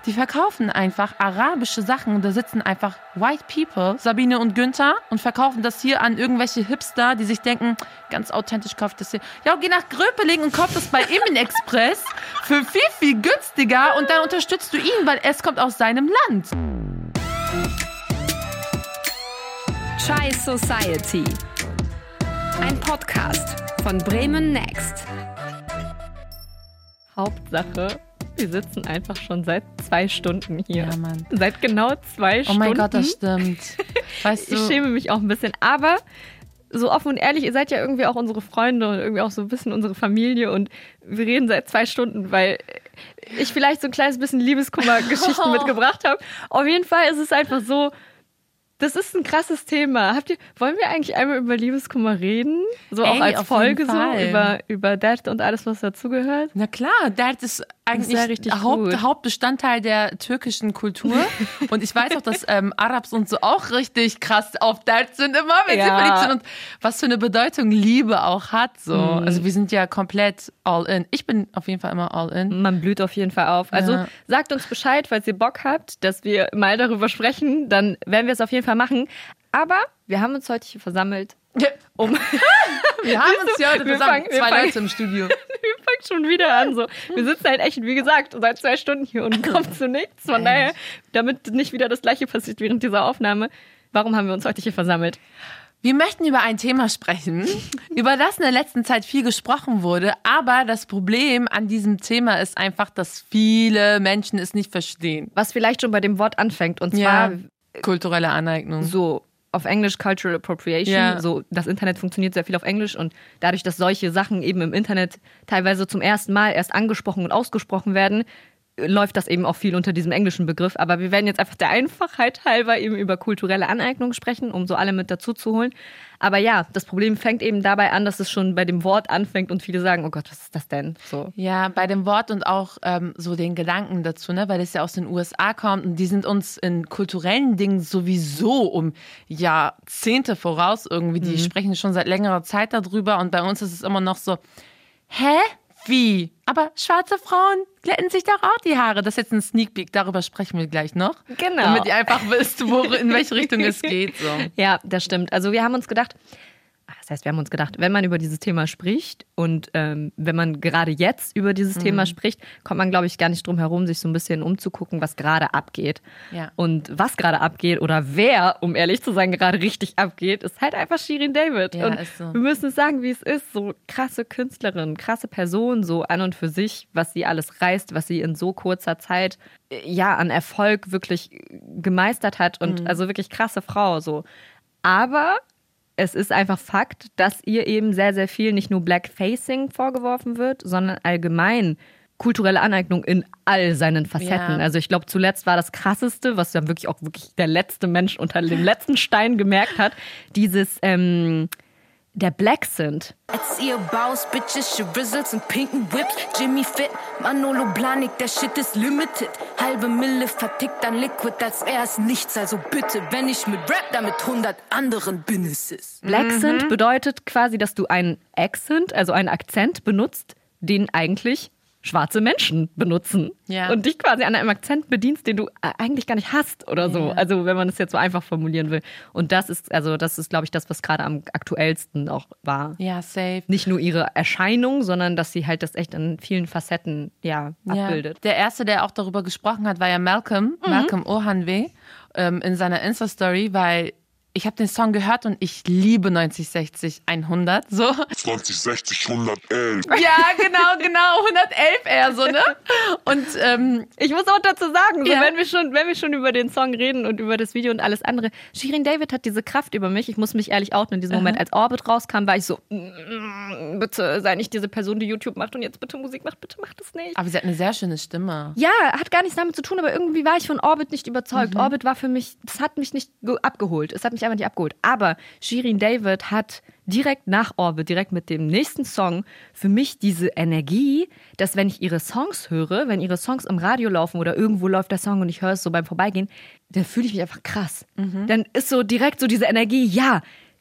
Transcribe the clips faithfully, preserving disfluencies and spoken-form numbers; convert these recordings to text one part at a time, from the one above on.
Die verkaufen einfach arabische Sachen. Da sitzen einfach White People, Sabine und Günther, und verkaufen das hier an irgendwelche Hipster, die sich denken, ganz authentisch kauft das hier. Ja, geh nach Gröpeling und kauf das bei Emin Express für viel, viel günstiger und dann unterstützt du ihn, weil es kommt aus seinem Land. Chai Society. Ein Podcast von Bremen Next. Hauptsache, wir sitzen einfach schon seit zwei Stunden hier. Ja, Mann. Seit genau zwei Oh Stunden. mein Gott, das stimmt. Weißt du, Ich schäme mich auch ein bisschen. Aber so offen und ehrlich, ihr seid ja irgendwie auch unsere Freunde und irgendwie auch so ein bisschen unsere Familie. Und wir reden seit zwei Stunden, weil ich vielleicht so ein kleines bisschen Liebeskummer-Geschichten Oh. mitgebracht habe. Auf jeden Fall ist es einfach so, das ist ein krasses Thema. Habt ihr, wollen wir eigentlich einmal über Liebeskummer reden? So auch Ey, als auf Folge jeden so, Fall. über, über Dad und alles, was dazugehört? na klar, das ist eigentlich wär richtig Haupt, gut. Hauptbestandteil der türkischen Kultur. Und ich weiß auch, dass ähm, Arabs und so auch richtig krass auf Dad sind immer, wenn Ja. sie verliebt sind. Und was für eine Bedeutung Liebe auch hat. So. Mhm. Also wir sind ja komplett all in. Ich bin auf jeden Fall immer all in. Man blüht auf jeden Fall auf. Also Ja. sagt uns Bescheid, falls ihr Bock habt, dass wir mal darüber sprechen. Dann werden wir es auf jeden Fall machen. Aber wir haben uns heute hier versammelt, um... Wir haben uns ja heute wir zusammen, fangen- wir zwei fangen- Leute im Studio. wir fangen schon wieder an. So. Wir sitzen halt echt, wie gesagt, seit zwei Stunden hier und kommen zu nichts. Von daher, damit nicht wieder das Gleiche passiert während dieser Aufnahme, warum haben wir uns heute hier versammelt? Wir möchten über ein Thema sprechen, über das in der letzten Zeit viel gesprochen wurde. Aber das Problem an diesem Thema ist einfach, dass viele Menschen es nicht verstehen. Was vielleicht schon bei dem Wort anfängt. Und zwar Ja, kulturelle Aneignung. so auf Englisch Cultural Appropriation. Ja. So, das Internet funktioniert sehr viel auf Englisch und dadurch, dass solche Sachen eben im Internet teilweise zum ersten Mal erst angesprochen und ausgesprochen werden, läuft das eben auch viel unter diesem englischen Begriff. Aber wir werden jetzt einfach der Einfachheit halber eben über kulturelle Aneignung sprechen, um so alle mit dazu zu holen. Aber ja, das Problem fängt eben dabei an, dass es schon bei dem Wort anfängt und viele sagen, oh Gott, was ist das denn? So. Ja, bei dem Wort und auch ähm, so den Gedanken dazu, ne, weil es ja aus den U S A kommt und die sind uns in kulturellen Dingen sowieso um Jahrzehnte voraus irgendwie. Die sprechen schon seit längerer Zeit darüber und bei uns ist es immer noch so, hä? Wie? Aber schwarze Frauen glätten sich doch auch die Haare. Das ist jetzt ein Sneak Peek, darüber sprechen wir gleich noch. Genau. Damit ihr einfach wisst, wo, in welche Richtung es geht. So. Ja, das stimmt. Also wir haben uns gedacht, das heißt, wir haben uns gedacht, wenn man über dieses Thema spricht und ähm, wenn man gerade jetzt über dieses mhm. Thema spricht, kommt man, glaube ich, gar nicht drum herum, sich so ein bisschen umzugucken, was gerade abgeht. Ja. Und was gerade abgeht oder wer, um ehrlich zu sein, gerade richtig abgeht, ist halt einfach Shirin David. Ja, und ist so. wir müssen es sagen, wie es ist. So krasse Künstlerin, krasse Person, so an und für sich, was sie alles reißt, was sie in so kurzer Zeit äh, ja an Erfolg wirklich gemeistert hat und Mhm. also wirklich krasse Frau. So. Aber es ist einfach Fakt, dass ihr eben sehr, sehr viel nicht nur Blackfacing vorgeworfen wird, sondern allgemein kulturelle Aneignung in all seinen Facetten. Ja. Also ich glaube, zuletzt war das Krasseste, was dann wirklich auch wirklich der letzte Mensch unter dem letzten Stein gemerkt hat, dieses ähm, der Black Synth. Etsy Boss, Bitches, Shrizzles und pinken Whips. Jimmy Fit, Manolo Blahnik, der Shit ist limited. Halbe Mille vertickt an Liquid, als er ist nichts. Also bitte, wenn ich mit Rap, dann mit hundert anderen bin es es. Black Synth bedeutet quasi, dass du einen Accent, also einen Akzent benutzt, den eigentlich schwarze Menschen benutzen. Ja. Und dich quasi an einem Akzent bedienst, den du eigentlich gar nicht hast oder so. Ja. Also wenn man es jetzt so einfach formulieren will. Und das ist, also das ist, glaube ich, das, was gerade am aktuellsten auch war. Ja, safe. Nicht nur ihre Erscheinung, sondern dass sie halt das echt in vielen Facetten ja, abbildet. Ja. Der erste, der auch darüber gesprochen hat, war ja Malcolm, Mhm. Malcolm Ohanwe, ähm, in seiner Insta-Story, weil ich habe den Song gehört und ich liebe neunzig, sechzig, hundert, so. zwanzig, sechzig, hundertelf. Ja, genau, genau, hundertelf eher so, ne? Und ähm, Ich muss auch dazu sagen, so, Ja. wenn wir schon, wenn wir schon über den Song reden und über das Video und alles andere, Shirin David hat diese Kraft über mich. Ich muss mich ehrlich outen. In diesem Moment, als Orbit rauskam, war ich so, mm, bitte sei nicht diese Person, die YouTube macht und jetzt bitte Musik macht, bitte mach das nicht. aber sie hat eine sehr schöne Stimme. Ja, hat gar nichts damit zu tun, aber irgendwie war ich von Orbit nicht überzeugt. Orbit war für mich, das hat mich nicht ge- abgeholt. Es hat mich einfach nicht abgeholt. Aber Shirin David hat direkt nach Orbit, direkt mit dem nächsten Song, für mich diese Energie, dass wenn ich ihre Songs höre, wenn ihre Songs im Radio laufen oder irgendwo läuft der Song und ich höre es so beim Vorbeigehen, dann fühle ich mich einfach krass. Dann ist so direkt so diese Energie, ja,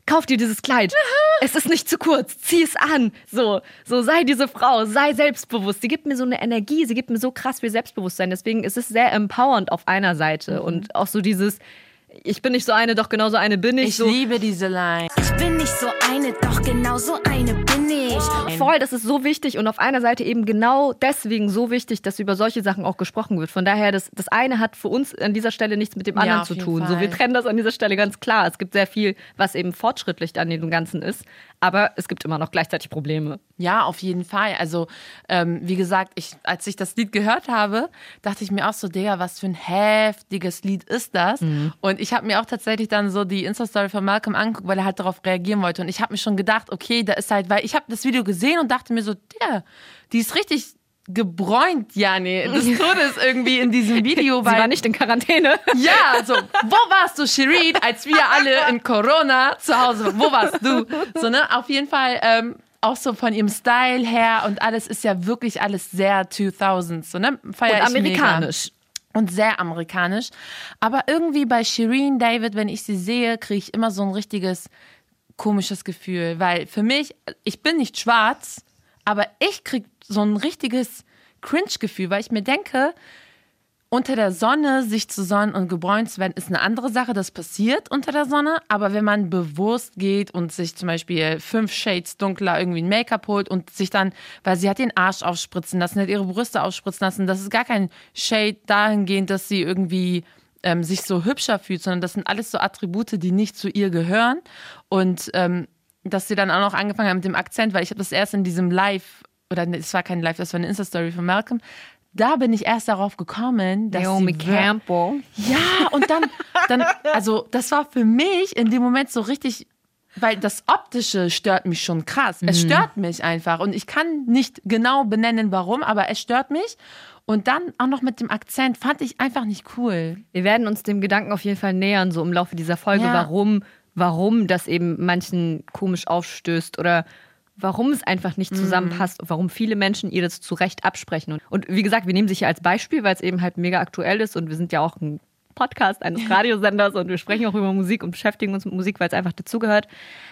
kauf dir dieses Kleid. Es ist nicht zu kurz. Zieh es an. So, so sei diese Frau. Sei selbstbewusst. Sie gibt mir so eine Energie. Sie gibt mir so krass viel Selbstbewusstsein. Deswegen ist es sehr empowernd auf einer Seite. Mhm. Und auch so dieses, ich bin nicht so eine, doch genauso eine bin ich. Ich so. liebe diese Line. Ich bin nicht so eine, doch genau so eine bin ich. Voll, das ist so wichtig und auf einer Seite eben genau deswegen so wichtig, dass über solche Sachen auch gesprochen wird. Von daher, das, das eine hat für uns an dieser Stelle nichts mit dem anderen ja, zu tun. Fall. So, wir trennen das an dieser Stelle ganz klar. Es gibt sehr viel, was eben fortschrittlich an dem Ganzen ist, aber es gibt immer noch gleichzeitig Probleme. Ja, auf jeden Fall. Also, ähm, wie gesagt, ich, als ich das Lied gehört habe, dachte ich mir auch so, Digga, was für ein heftiges Lied ist das? Mhm. Und ich habe mir auch tatsächlich dann so die Insta-Story von Malcolm angeguckt, weil er halt darauf reagieren wollte. Und ich habe mir schon gedacht, okay, da ist halt, weil ich habe das Video gesehen und dachte mir so, Digga, die ist richtig gebräunt, ja, nee, des Todes irgendwie in diesem Video. Weil, Sie war nicht in Quarantäne. Ja, so, wo warst du, Shirin, als wir alle in Corona zu Hause waren? Wo warst du? So, ne, auf jeden Fall, ähm, auch so von ihrem Style her und alles ist ja wirklich alles sehr zweitausend, so, ne? Feier und amerikanisch. Mega. Und sehr amerikanisch. Aber irgendwie bei Shirin David, wenn ich sie sehe, kriege ich immer so ein richtiges komisches Gefühl. Weil für mich, ich bin nicht schwarz, aber ich kriege so ein richtiges Cringe-Gefühl, weil ich mir denke, unter der Sonne sich zu sonnen und gebräunt zu werden, ist eine andere Sache. Das passiert unter der Sonne. Aber wenn man bewusst geht und sich zum Beispiel fünf Shades dunkler irgendwie ein Make-up holt und sich dann, weil sie hat den Arsch aufspritzen lassen, hat ihre Brüste aufspritzen lassen, das ist gar kein Shade dahingehend, dass sie irgendwie ähm, sich so hübscher fühlt, sondern das sind alles so Attribute, die nicht zu ihr gehören. Und ähm, dass sie dann auch noch angefangen hat mit dem Akzent, weil ich habe das erst in diesem Live, oder es war kein Live, das war eine Insta-Story von Malcolm, da bin ich erst darauf gekommen, dass Naomi sie Campbell. Ja, und dann, dann, also das war für mich in dem Moment so richtig, weil das Optische stört mich schon krass. Mhm. Es stört mich einfach und ich kann nicht genau benennen, warum, aber es stört mich. Und dann auch noch mit dem Akzent fand ich einfach nicht cool. Wir werden uns dem Gedanken auf jeden Fall nähern, so im Laufe dieser Folge, Ja. warum, warum das eben manchen komisch aufstößt oder warum es einfach nicht zusammenpasst und warum viele Menschen ihr das zu Recht absprechen. Und, und wie gesagt, wir nehmen sich hier als Beispiel, weil es eben halt mega aktuell ist und wir sind ja auch ein Podcast eines Radiosenders und wir sprechen auch über Musik und beschäftigen uns mit Musik, weil es einfach dazugehört.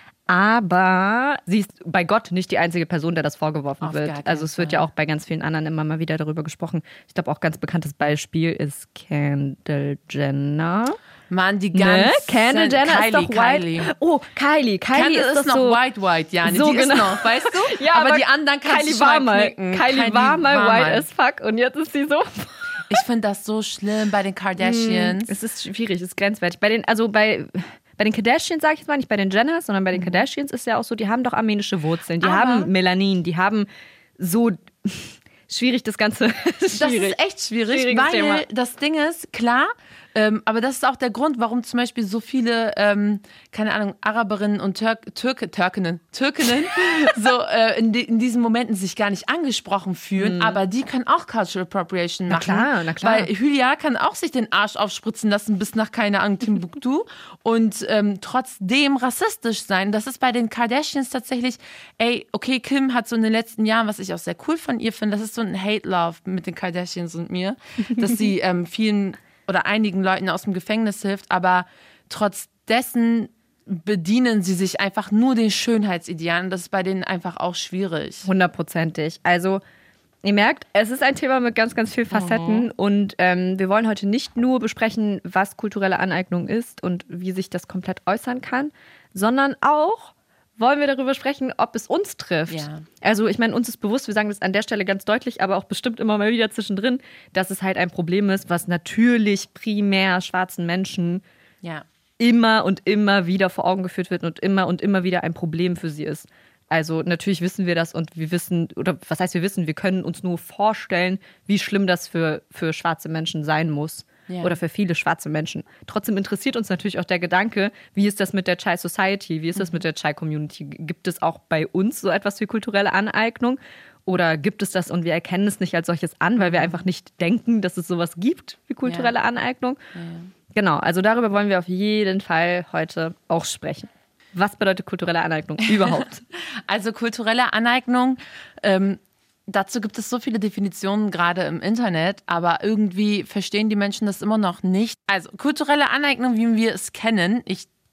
Aber sie ist bei Gott nicht die einzige Person, der das vorgeworfen Auf gar wird. keinen Also es wird Fall. ja auch bei ganz vielen anderen immer mal wieder darüber gesprochen. Ich glaube, auch ganz bekanntes Beispiel ist Kendall Jenner. Mann, die Ne? ganze Kendall Jenner Kylie, ist doch white. Kylie. Oh, Kylie. Kylie Kylie ist, ist, doch noch so white, white, ja. so die genau. ist noch, weißt du? Ja, aber, aber die anderen kannst Kylie du war schon mal, knicken. Kylie war mal war white mal. as fuck und jetzt ist sie so. Ich finde das so schlimm bei den Kardashians. Es ist schwierig, es ist grenzwertig. Bei den, also bei, bei den Kardashians, sage ich jetzt mal, nicht bei den Jenners, sondern bei den Kardashians ist ja auch so, die haben doch armenische Wurzeln, die Aber- haben Melanin, die haben so schwierig das Ganze. Das ist echt schwierig, Schwieriges weil Thema. das Ding ist, klar, ähm, aber das ist auch der Grund, warum zum Beispiel so viele, ähm, keine Ahnung, Araberinnen und Türk Türke, Türkinnen, Türkinnen so äh, in, die, in diesen Momenten sich gar nicht angesprochen fühlen, aber die können auch Cultural Appropriation Na machen. klar, na klar. Weil Hülya kann auch sich den Arsch aufspritzen lassen bis nach, keine Ahnung, Timbuktu und ähm, trotzdem rassistisch sein. Das ist bei den Kardashians tatsächlich, ey, okay, Kim hat so in den letzten Jahren, was ich auch sehr cool von ihr finde, das ist so ein Hate-Love mit den Kardashians und mir, dass sie ähm, vielen oder einigen Leuten aus dem Gefängnis hilft, aber trotz dessen bedienen sie sich einfach nur den Schönheitsidealen. Das ist bei denen einfach auch schwierig. Hundertprozentig. Also, ihr merkt, es ist ein Thema mit ganz, ganz vielen Facetten Mhm. und ähm, wir wollen heute nicht nur besprechen, was kulturelle Aneignung ist und wie sich das komplett äußern kann, sondern auch wollen wir darüber sprechen, ob es uns trifft. Ja. Also ich meine, uns ist bewusst, wir sagen das an der Stelle ganz deutlich, aber auch bestimmt immer mal wieder zwischendrin, dass es halt ein Problem ist, was natürlich primär schwarzen Menschen Ja. immer und immer wieder vor Augen geführt wird und immer und immer wieder ein Problem für sie ist. Also natürlich wissen wir das und wir wissen, oder was heißt wir wissen, wir können uns nur vorstellen, wie schlimm das für, für schwarze Menschen sein muss. Ja. Oder für viele schwarze Menschen. Trotzdem interessiert uns natürlich auch der Gedanke, wie ist das mit der Chai Society, wie ist das mit der Chai Community? Gibt es auch bei uns so etwas wie kulturelle Aneignung? Oder gibt es das und wir erkennen es nicht als solches an, weil wir einfach nicht denken, dass es sowas gibt wie kulturelle Ja. Aneignung? Ja. Genau, also darüber wollen wir auf jeden Fall heute auch sprechen. Was bedeutet kulturelle Aneignung überhaupt? Also kulturelle Aneignung, ähm, dazu gibt es so viele Definitionen gerade im Internet, aber irgendwie verstehen die Menschen das immer noch nicht. Also kulturelle Aneignung, wie wir es kennen, ich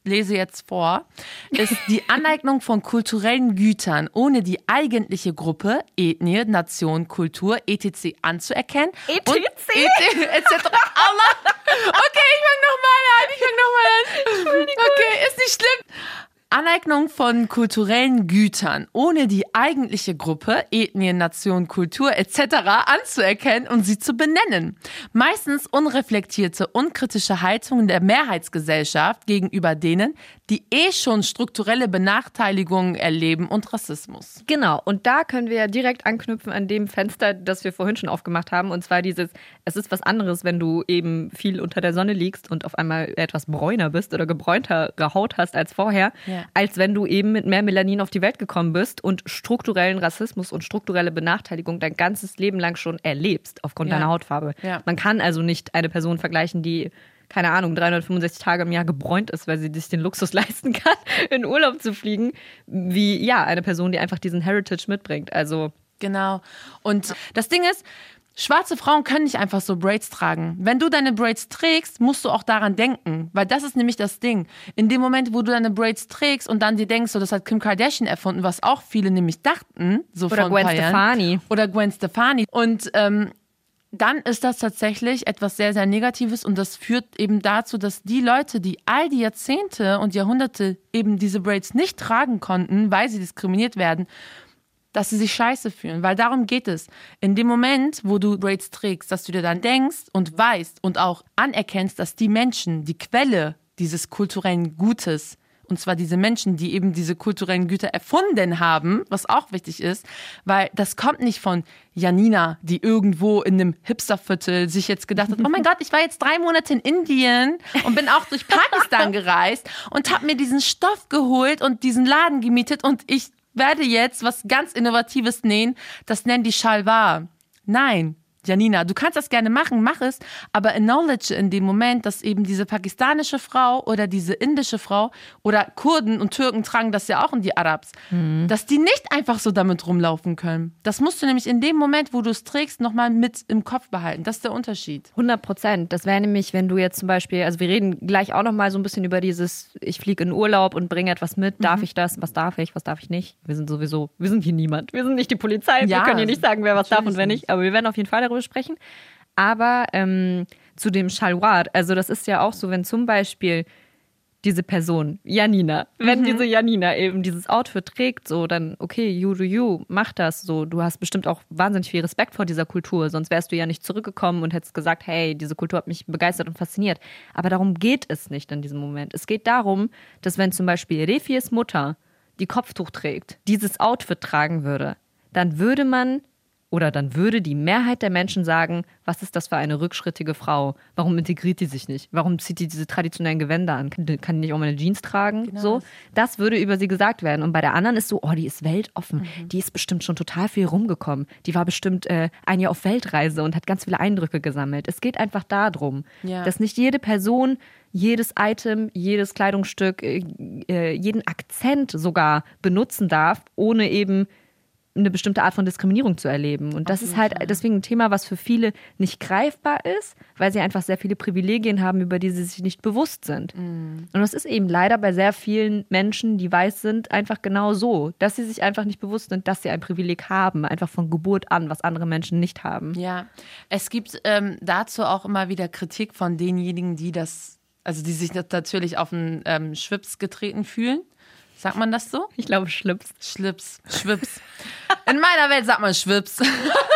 lese jetzt vor, ist die Aneignung von kulturellen Gütern ohne die eigentliche Gruppe, Ethnie, Nation, Kultur, et cetera anzuerkennen. et und cetera et cetera. Allah. Okay, ich fang nochmal an. Ich fang nochmal an. Okay, ist nicht schlimm. Aneignung von kulturellen Gütern ohne die eigentliche Gruppe, Ethnie, Nation, Kultur et cetera anzuerkennen und sie zu benennen. Meistens unreflektierte, unkritische Haltungen der Mehrheitsgesellschaft gegenüber denen, die eh schon strukturelle Benachteiligungen erleben und Rassismus. Genau, und da können wir ja direkt anknüpfen an dem Fenster, das wir vorhin schon aufgemacht haben. Und zwar dieses, es ist was anderes, wenn du eben viel unter der Sonne liegst und auf einmal etwas bräuner bist oder gebräuntere Haut hast als vorher. Ja. Als wenn du eben mit mehr Melanin auf die Welt gekommen bist und strukturellen Rassismus und strukturelle Benachteiligung dein ganzes Leben lang schon erlebst aufgrund ja. deiner Hautfarbe. Ja. Man kann also nicht eine Person vergleichen, die, keine Ahnung, dreihundertfünfundsechzig Tage im Jahr gebräunt ist, weil sie sich den Luxus leisten kann, in Urlaub zu fliegen, wie ja eine Person, die einfach diesen Heritage mitbringt. Also genau. Und das Ding ist, schwarze Frauen können nicht einfach so Braids tragen. Wenn du deine Braids trägst, musst du auch daran denken. Weil das ist nämlich das Ding. In dem Moment, wo du deine Braids trägst und dann dir denkst, so, das hat Kim Kardashian erfunden, was auch viele nämlich dachten. So oder von Gwen Stefani. Oder Gwen Stefani. Und ähm, dann ist das tatsächlich etwas sehr, sehr Negatives. Und das führt eben dazu, dass die Leute, die all die Jahrzehnte und Jahrhunderte eben diese Braids nicht tragen konnten, weil sie diskriminiert werden, dass sie sich scheiße fühlen, weil darum geht es. In dem Moment, wo du Braids trägst, dass du dir dann denkst und weißt und auch anerkennst, dass die Menschen, die Quelle dieses kulturellen Gutes, und zwar diese Menschen, die eben diese kulturellen Güter erfunden haben, was auch wichtig ist, weil das kommt nicht von Janina, die irgendwo in einem Hipsterviertel sich jetzt gedacht hat, oh mein Gott, ich war jetzt drei Monate in Indien und bin auch durch Pakistan gereist und habe mir diesen Stoff geholt und diesen Laden gemietet und ich werde jetzt was ganz Innovatives nähen, das nennen die Shalwar. Nein, Janina, du kannst das gerne machen, mach es, aber acknowledge in dem Moment, dass eben diese pakistanische Frau oder diese indische Frau oder Kurden und Türken tragen das ja auch in die Arabs, mhm. dass die nicht einfach so damit rumlaufen können. Das musst du nämlich in dem Moment, wo du es trägst, nochmal mit im Kopf behalten. Das ist der Unterschied. hundert Prozent. Das wäre nämlich, wenn du jetzt zum Beispiel, also wir reden gleich auch nochmal so ein bisschen über dieses, ich fliege in Urlaub und bringe etwas mit. Darf mhm. ich das? Was darf ich? Was darf ich nicht? Wir sind sowieso, wir sind hier niemand. Wir sind nicht die Polizei. Ja, wir können hier nicht sagen, wer was darf und wer nicht. Aber wir werden auf jeden Fall darüber sprechen. Aber ähm, zu dem Shalwar, also das ist ja auch so, wenn zum Beispiel diese Person, Janina, wenn mhm. diese Janina eben dieses Outfit trägt, so dann, okay, you do you, mach das so. Du hast bestimmt auch wahnsinnig viel Respekt vor dieser Kultur, sonst wärst du ja nicht zurückgekommen und hättest gesagt, hey, diese Kultur hat mich begeistert und fasziniert. Aber darum geht es nicht in diesem Moment. Es geht darum, dass wenn zum Beispiel Refies Mutter die Kopftuch trägt, dieses Outfit tragen würde, dann würde man Oder dann würde die Mehrheit der Menschen sagen, was ist das für eine rückschrittige Frau? Warum integriert die sich nicht? Warum zieht die diese traditionellen Gewänder an? Kann die nicht auch mal eine Jeans tragen? Genau. So, das würde über sie gesagt werden. Und bei der anderen ist so, oh, die ist weltoffen. Mhm. Die ist bestimmt schon total viel rumgekommen. Die war bestimmt äh, ein Jahr auf Weltreise und hat ganz viele Eindrücke gesammelt. Es geht einfach darum, ja. dass nicht jede Person jedes Item, jedes Kleidungsstück, äh, jeden Akzent sogar benutzen darf, ohne eben eine bestimmte Art von Diskriminierung zu erleben. Und das ist halt deswegen ein Thema, was für viele nicht greifbar ist, weil sie einfach sehr viele Privilegien haben, über die sie sich nicht bewusst sind. Mm. Und das ist eben leider bei sehr vielen Menschen, die weiß sind, einfach genau so, dass sie sich einfach nicht bewusst sind, dass sie ein Privileg haben, einfach von Geburt an, was andere Menschen nicht haben. Ja, es gibt ähm, dazu auch immer wieder Kritik von denjenigen, die das, also die sich natürlich auf den ähm, Schwips getreten fühlen. Sagt man das so? Ich glaube Schlips. Schlips, Schwips. In meiner Welt sagt man Schwips. Die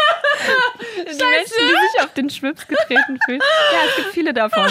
Menschen, die sich auf den Schwips getreten fühlen. Ja, es gibt viele davon.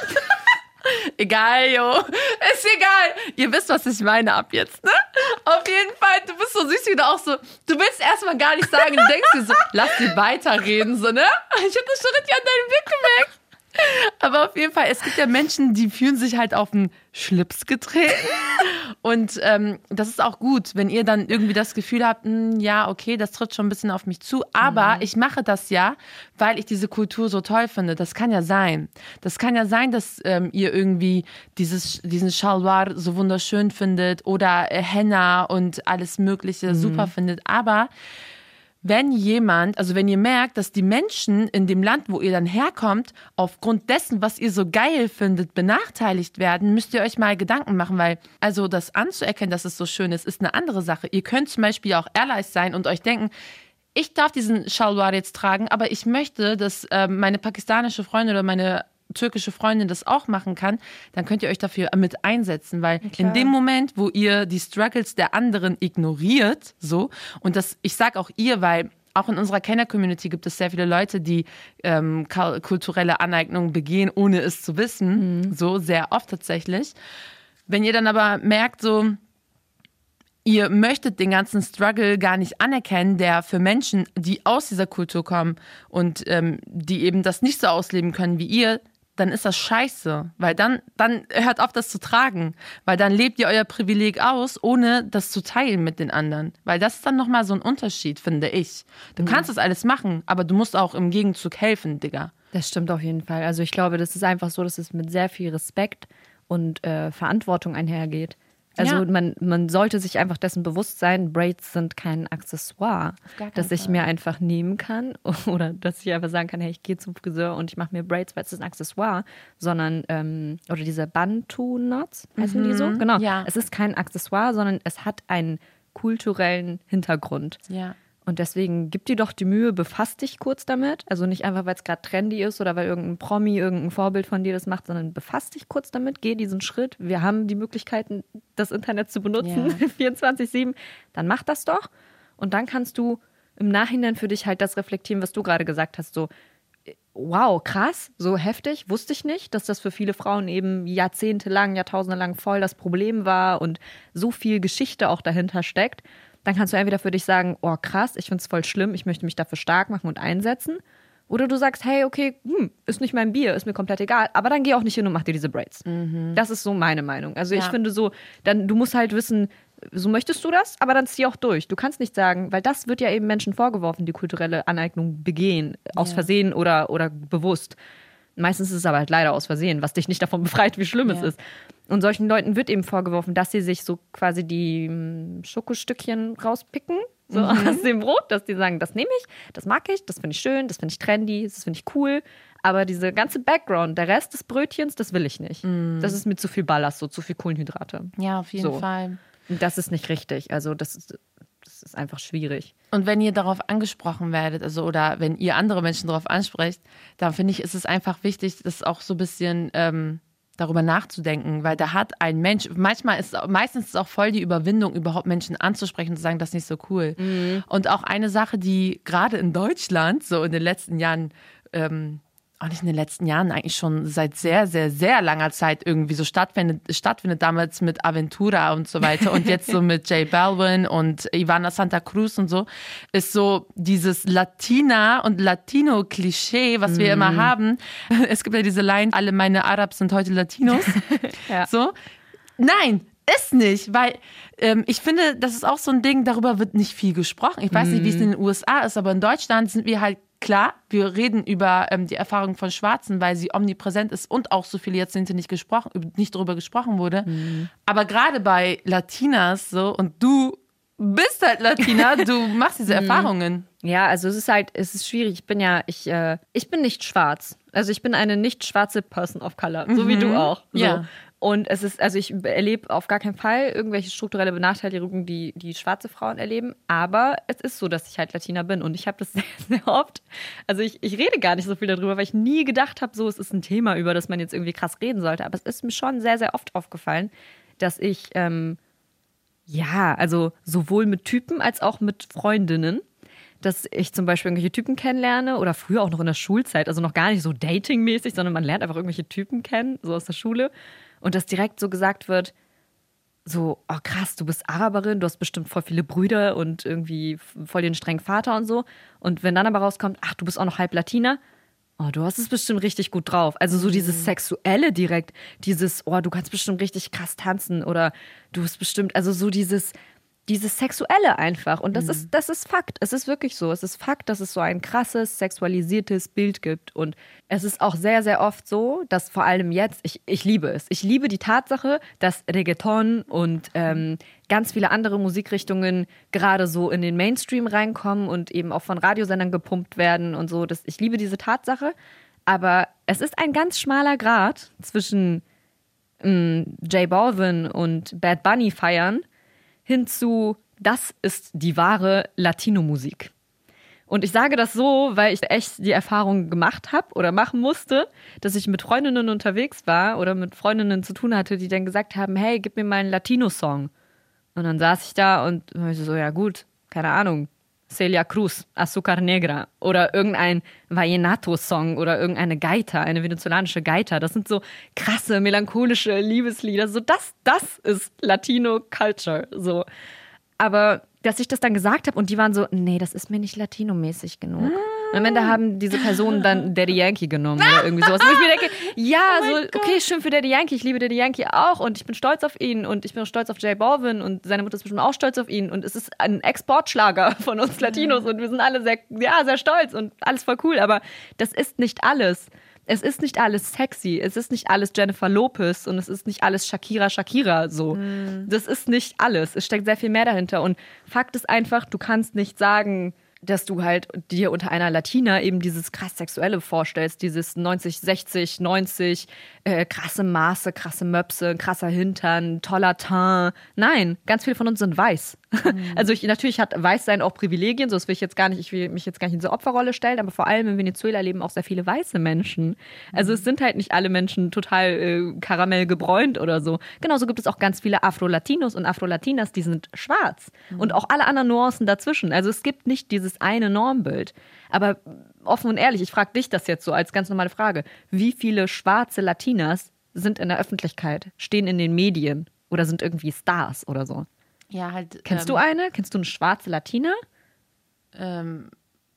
Egal, jo. Ist egal. Ihr wisst, was ich meine ab jetzt, ne? Auf jeden Fall, du bist so süß wieder auch so, du willst erstmal gar nicht sagen, du denkst dir so, lass sie weiterreden, so, ne? Ich hab das schon richtig an deinem Blick gemerkt. Aber auf jeden Fall, es gibt ja Menschen, die fühlen sich halt auf den Schlips getreten. Und ähm, das ist auch gut, wenn ihr dann irgendwie das Gefühl habt, mh, ja, okay, das tritt schon ein bisschen auf mich zu. Aber mhm. ich mache das ja, weil ich diese Kultur so toll finde. Das kann ja sein. Das kann ja sein, dass ähm, ihr irgendwie dieses, diesen Shalwar so wunderschön findet oder äh, Henna und alles Mögliche mhm. super findet. Aber wenn jemand, also wenn ihr merkt, dass die Menschen in dem Land, wo ihr dann herkommt, aufgrund dessen, was ihr so geil findet, benachteiligt werden, müsst ihr euch mal Gedanken machen, weil also das anzuerkennen, dass es so schön ist, ist eine andere Sache. Ihr könnt zum Beispiel auch Allies sein und euch denken, ich darf diesen Shalwar jetzt tragen, aber ich möchte, dass äh, meine pakistanische Freundin oder meine türkische Freundin das auch machen kann, dann könnt ihr euch dafür mit einsetzen, weil in dem Moment, wo ihr die Struggles der anderen ignoriert, so, und das, ich sag auch ihr, weil auch in unserer Kenner-Community gibt es sehr viele Leute, die ähm, kulturelle Aneignung begehen, ohne es zu wissen, mhm. so sehr oft tatsächlich. Wenn ihr dann aber merkt, so, ihr möchtet den ganzen Struggle gar nicht anerkennen, der für Menschen, die aus dieser Kultur kommen und ähm, die eben das nicht so ausleben können wie ihr, dann ist das scheiße, weil dann, dann hört auf, das zu tragen, weil dann lebt ihr euer Privileg aus, ohne das zu teilen mit den anderen, weil das ist dann nochmal so ein Unterschied, finde ich. Du mhm. kannst das alles machen, aber du musst auch im Gegenzug helfen, Digga. Das stimmt auf jeden Fall. Also ich glaube, das ist einfach so, dass es mit sehr viel Respekt und äh, Verantwortung einhergeht. Also ja. man, man sollte sich einfach dessen bewusst sein, Braids sind kein Accessoire, das ich mir einfach nehmen kann oder dass ich einfach sagen kann, hey, ich gehe zum Friseur und ich mache mir Braids, weil es ist ein Accessoire, sondern, ähm, oder diese Bantu-Knots, heißen mhm. die so? Genau, ja. Es ist kein Accessoire, sondern es hat einen kulturellen Hintergrund. Ja. Und deswegen gib dir doch die Mühe, befass dich kurz damit. Also nicht einfach, weil es gerade trendy ist oder weil irgendein Promi, irgendein Vorbild von dir das macht, sondern befass dich kurz damit, geh diesen Schritt. Wir haben die Möglichkeiten, das Internet zu benutzen, ja. vierundzwanzig sieben. Dann mach das doch. Und dann kannst du im Nachhinein für dich halt das reflektieren, was du gerade gesagt hast. So, wow, krass, so heftig, wusste ich nicht, dass das für viele Frauen eben jahrzehntelang, jahrtausendelang voll das Problem war und so viel Geschichte auch dahinter steckt. Dann kannst du entweder für dich sagen, oh krass, ich finde es voll schlimm, ich möchte mich dafür stark machen und einsetzen. Oder du sagst, hey, okay, hm, ist nicht mein Bier, ist mir komplett egal, aber dann geh auch nicht hin und mach dir diese Braids. Mhm. Das ist so meine Meinung. Also ja. ich finde so, dann du musst halt wissen, so möchtest du das, aber dann zieh auch durch. Du kannst nicht sagen, weil das wird ja eben Menschen vorgeworfen, die kulturelle Aneignung begehen, aus ja. Versehen oder, oder bewusst. Meistens ist es aber halt leider aus Versehen, was dich nicht davon befreit, wie schlimm ja. es ist. Und solchen Leuten wird eben vorgeworfen, dass sie sich so quasi die m, Schokostückchen rauspicken, so mhm. aus dem Brot, dass die sagen, das nehme ich, das mag ich, das finde ich schön, das finde ich trendy, das finde ich cool. Aber diese ganze Background, der Rest des Brötchens, das will ich nicht. Mhm. Das ist mir zu viel Ballast, so zu viel Kohlenhydrate. Ja, auf jeden so. Fall. Und das ist nicht richtig. Also das ist, das ist einfach schwierig. Und wenn ihr darauf angesprochen werdet, also oder wenn ihr andere Menschen darauf ansprecht, dann finde ich, ist es einfach wichtig, das auch so ein bisschen ähm, darüber nachzudenken, weil da hat ein Mensch, manchmal ist meistens ist es auch voll die Überwindung, überhaupt Menschen anzusprechen und zu sagen, das ist nicht so cool. Mhm. Und auch eine Sache, die gerade in Deutschland so in den letzten Jahren ähm, auch nicht in den letzten Jahren, eigentlich schon seit sehr, sehr, sehr langer Zeit irgendwie so stattfindet, stattfindet damals mit Aventura und so weiter und jetzt so mit J Balvin und Ivana Santa Cruz und so, ist so dieses Latina- und Latino-Klischee, was wir mm. immer haben. Es gibt ja diese Line, alle meine Arabs sind heute Latinos. ja. So. Nein, ist nicht, weil ähm, ich finde, das ist auch so ein Ding, darüber wird nicht viel gesprochen. Ich weiß mm. nicht, wie es in den U S A ist, aber in Deutschland sind wir halt klar, wir reden über ähm, die Erfahrung von Schwarzen, weil sie omnipräsent ist und auch so viele Jahrzehnte nicht gesprochen, nicht darüber gesprochen wurde. Mhm. Aber gerade bei Latinas so, und du bist halt Latina, du machst diese Erfahrungen. Ja, also es ist halt, es ist schwierig. Ich bin ja, ich, äh, ich bin nicht schwarz. Also ich bin eine nicht schwarze Person of Color, so mhm. wie du auch. So. Ja. Und es ist, also ich erlebe auf gar keinen Fall irgendwelche strukturelle Benachteiligungen, die, die schwarze Frauen erleben. Aber es ist so, dass ich halt Latina bin. Und ich habe das sehr, sehr oft. Also ich, ich rede gar nicht so viel darüber, weil ich nie gedacht habe, so, es ist ein Thema, über das man jetzt irgendwie krass reden sollte. Aber es ist mir schon sehr, sehr oft aufgefallen, dass ich, ähm, ja, also sowohl mit Typen als auch mit Freundinnen, dass ich zum Beispiel irgendwelche Typen kennenlerne oder früher auch noch in der Schulzeit, also noch gar nicht so datingmäßig, sondern man lernt einfach irgendwelche Typen kennen, so aus der Schule. Und dass direkt so gesagt wird, so, oh krass, du bist Araberin, du hast bestimmt voll viele Brüder und irgendwie voll den strengen Vater und so. Und wenn dann aber rauskommt, ach, du bist auch noch halb Latina, oh, du hast es bestimmt richtig gut drauf. Also so dieses Sexuelle direkt, dieses, oh, du kannst bestimmt richtig krass tanzen oder du bist bestimmt, also so dieses, dieses Sexuelle einfach. Und das mhm. ist, das ist Fakt. Es ist wirklich so. Es ist Fakt, dass es so ein krasses, sexualisiertes Bild gibt. Und es ist auch sehr, sehr oft so, dass vor allem jetzt, ich, ich liebe es. Ich liebe die Tatsache, dass Reggaeton und ähm, ganz viele andere Musikrichtungen gerade so in den Mainstream reinkommen und eben auch von Radiosendern gepumpt werden und so. Das, ich liebe diese Tatsache. Aber es ist ein ganz schmaler Grat zwischen mh, J Balvin und Bad Bunny feiern hinzu, das ist die wahre Latino-Musik. Und ich sage das so, weil ich echt die Erfahrung gemacht habe oder machen musste, dass ich mit Freundinnen unterwegs war oder mit Freundinnen zu tun hatte, die dann gesagt haben, hey, gib mir mal einen Latino-Song. Und dann saß ich da und ich so, ja gut, keine Ahnung, Celia Cruz, Azúcar Negra oder irgendein Vallenato-Song oder irgendeine Gaita, eine venezolanische Gaita. Das sind so krasse, melancholische Liebeslieder. So das, das ist Latino-Culture. So. Aber dass ich das dann gesagt habe und die waren so, nee, das ist mir nicht Latino-mäßig genug. Und am Ende haben diese Personen dann Daddy Yankee genommen oder irgendwie sowas. Wo ich mir denke, ja, oh so, okay, schön für Daddy Yankee, ich liebe Daddy Yankee auch und ich bin stolz auf ihn und ich bin auch stolz auf J Balvin und seine Mutter ist bestimmt auch stolz auf ihn und es ist ein Exportschlager von uns Latinos und wir sind alle sehr, ja, sehr stolz und alles voll cool, aber das ist nicht alles. Es ist nicht alles sexy, es ist nicht alles Jennifer Lopez und es ist nicht alles Shakira, Shakira so. Mm. Das ist nicht alles, es steckt sehr viel mehr dahinter und Fakt ist einfach, du kannst nicht sagen, dass du halt dir unter einer Latina eben dieses krass Sexuelle vorstellst, dieses neunzig, sechzig, neunzig, äh, krasse Maße, krasse Möpse, krasser Hintern, toller Teint. Nein, ganz viele von uns sind weiß. Mhm. Also ich, natürlich hat Weißsein auch Privilegien, so das will ich jetzt gar nicht, ich will mich jetzt gar nicht in diese Opferrolle stellen, aber vor allem in Venezuela leben auch sehr viele weiße Menschen. Also es sind halt nicht alle Menschen total äh, karamellgebräunt oder so. Genauso gibt es auch ganz viele Afro-Latinos und Afro-Latinas, die sind schwarz. Mhm. Und auch alle anderen Nuancen dazwischen. Also es gibt nicht dieses eine Normbild. Aber offen und ehrlich, ich frage dich das jetzt so als ganz normale Frage. Wie viele schwarze Latinas sind in der Öffentlichkeit, stehen in den Medien oder sind irgendwie Stars oder so? Ja, halt. Kennst ähm, du eine? Kennst du eine schwarze Latina? Ähm,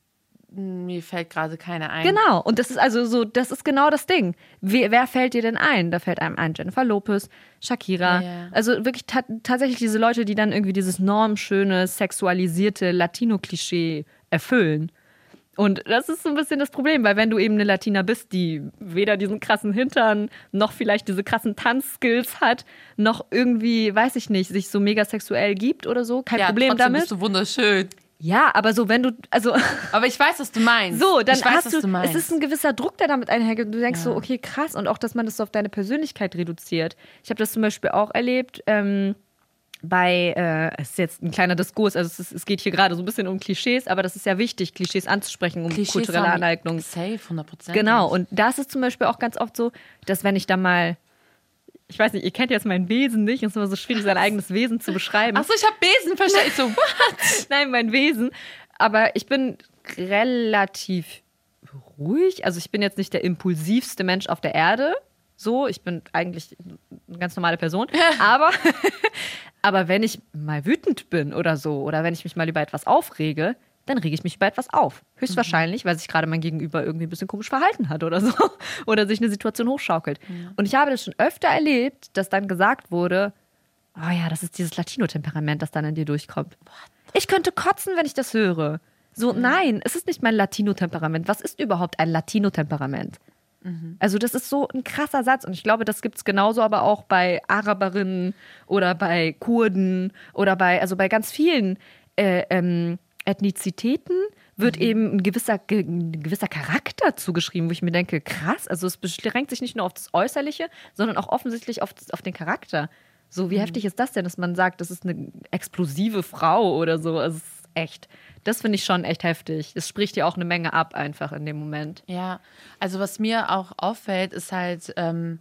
mir fällt gerade keine ein. Genau. Und das ist also so, das ist genau das Ding. Wer, wer fällt dir denn ein? Da fällt einem ein Jennifer Lopez, Shakira. Ja, ja. Also wirklich ta- tatsächlich diese Leute, die dann irgendwie dieses normschöne, sexualisierte Latino-Klischee erfüllen. Und das ist so ein bisschen das Problem, weil wenn du eben eine Latina bist, die weder diesen krassen Hintern noch vielleicht diese krassen Tanzskills hat, noch irgendwie, weiß ich nicht, sich so mega sexuell gibt oder so, kein ja, Problem trotzdem damit. Bist du wunderschön. Ja, aber so, wenn du, also. Aber ich weiß, was du meinst. So, dann ich weiß, hast was du, du meinst. es ist ein gewisser Druck, der damit einhergeht. Und du denkst ja. so, okay, krass. Und auch, dass man das so auf deine Persönlichkeit reduziert. Ich habe das zum Beispiel auch erlebt, ähm, bei, äh, es ist jetzt ein kleiner Diskurs, also es, ist, es geht hier gerade so ein bisschen um Klischees, aber das ist ja wichtig, Klischees anzusprechen, um Klischees kulturelle Aneignung. Safe, hundert Prozent. Genau, und das ist zum Beispiel auch ganz oft so, dass wenn ich da mal, ich weiß nicht, ihr kennt jetzt mein Wesen nicht, es ist immer so schwierig, sein eigenes Wesen zu beschreiben. Achso, ich habe Besen verstanden. Ich so, what? Nein, mein Wesen. Aber ich bin relativ ruhig, also ich bin jetzt nicht der impulsivste Mensch auf der Erde, so, ich bin eigentlich eine ganz normale Person, aber, aber wenn ich mal wütend bin oder so, oder wenn ich mich mal über etwas aufrege, dann rege ich mich über etwas auf. Höchstwahrscheinlich, weil sich gerade mein Gegenüber irgendwie ein bisschen komisch verhalten hat oder so. Oder sich eine Situation hochschaukelt. Ja. Und ich habe das schon öfter erlebt, dass dann gesagt wurde, oh ja, das ist dieses Latino-Temperament, das dann in dir durchkommt. Ich könnte kotzen, wenn ich das höre. So, mhm. nein, es ist nicht mein Latino-Temperament. Was ist überhaupt ein Latino-Temperament? Mhm. Also das ist so ein krasser Satz. Und ich glaube, das gibt es genauso aber auch bei Araberinnen oder bei Kurden oder bei, also bei ganz vielen äh, ähm, Ethnizitäten wird mhm. eben ein gewisser, ein gewisser Charakter zugeschrieben, wo ich mir denke, krass, also es beschränkt sich nicht nur auf das Äußerliche, sondern auch offensichtlich auf, das, auf den Charakter. So, wie mhm. heftig ist das denn, dass man sagt, das ist eine explosive Frau oder so? Also es ist echt. Das finde ich schon echt heftig. Es spricht ja auch eine Menge ab einfach in dem Moment. Ja, also was mir auch auffällt, ist halt ähm,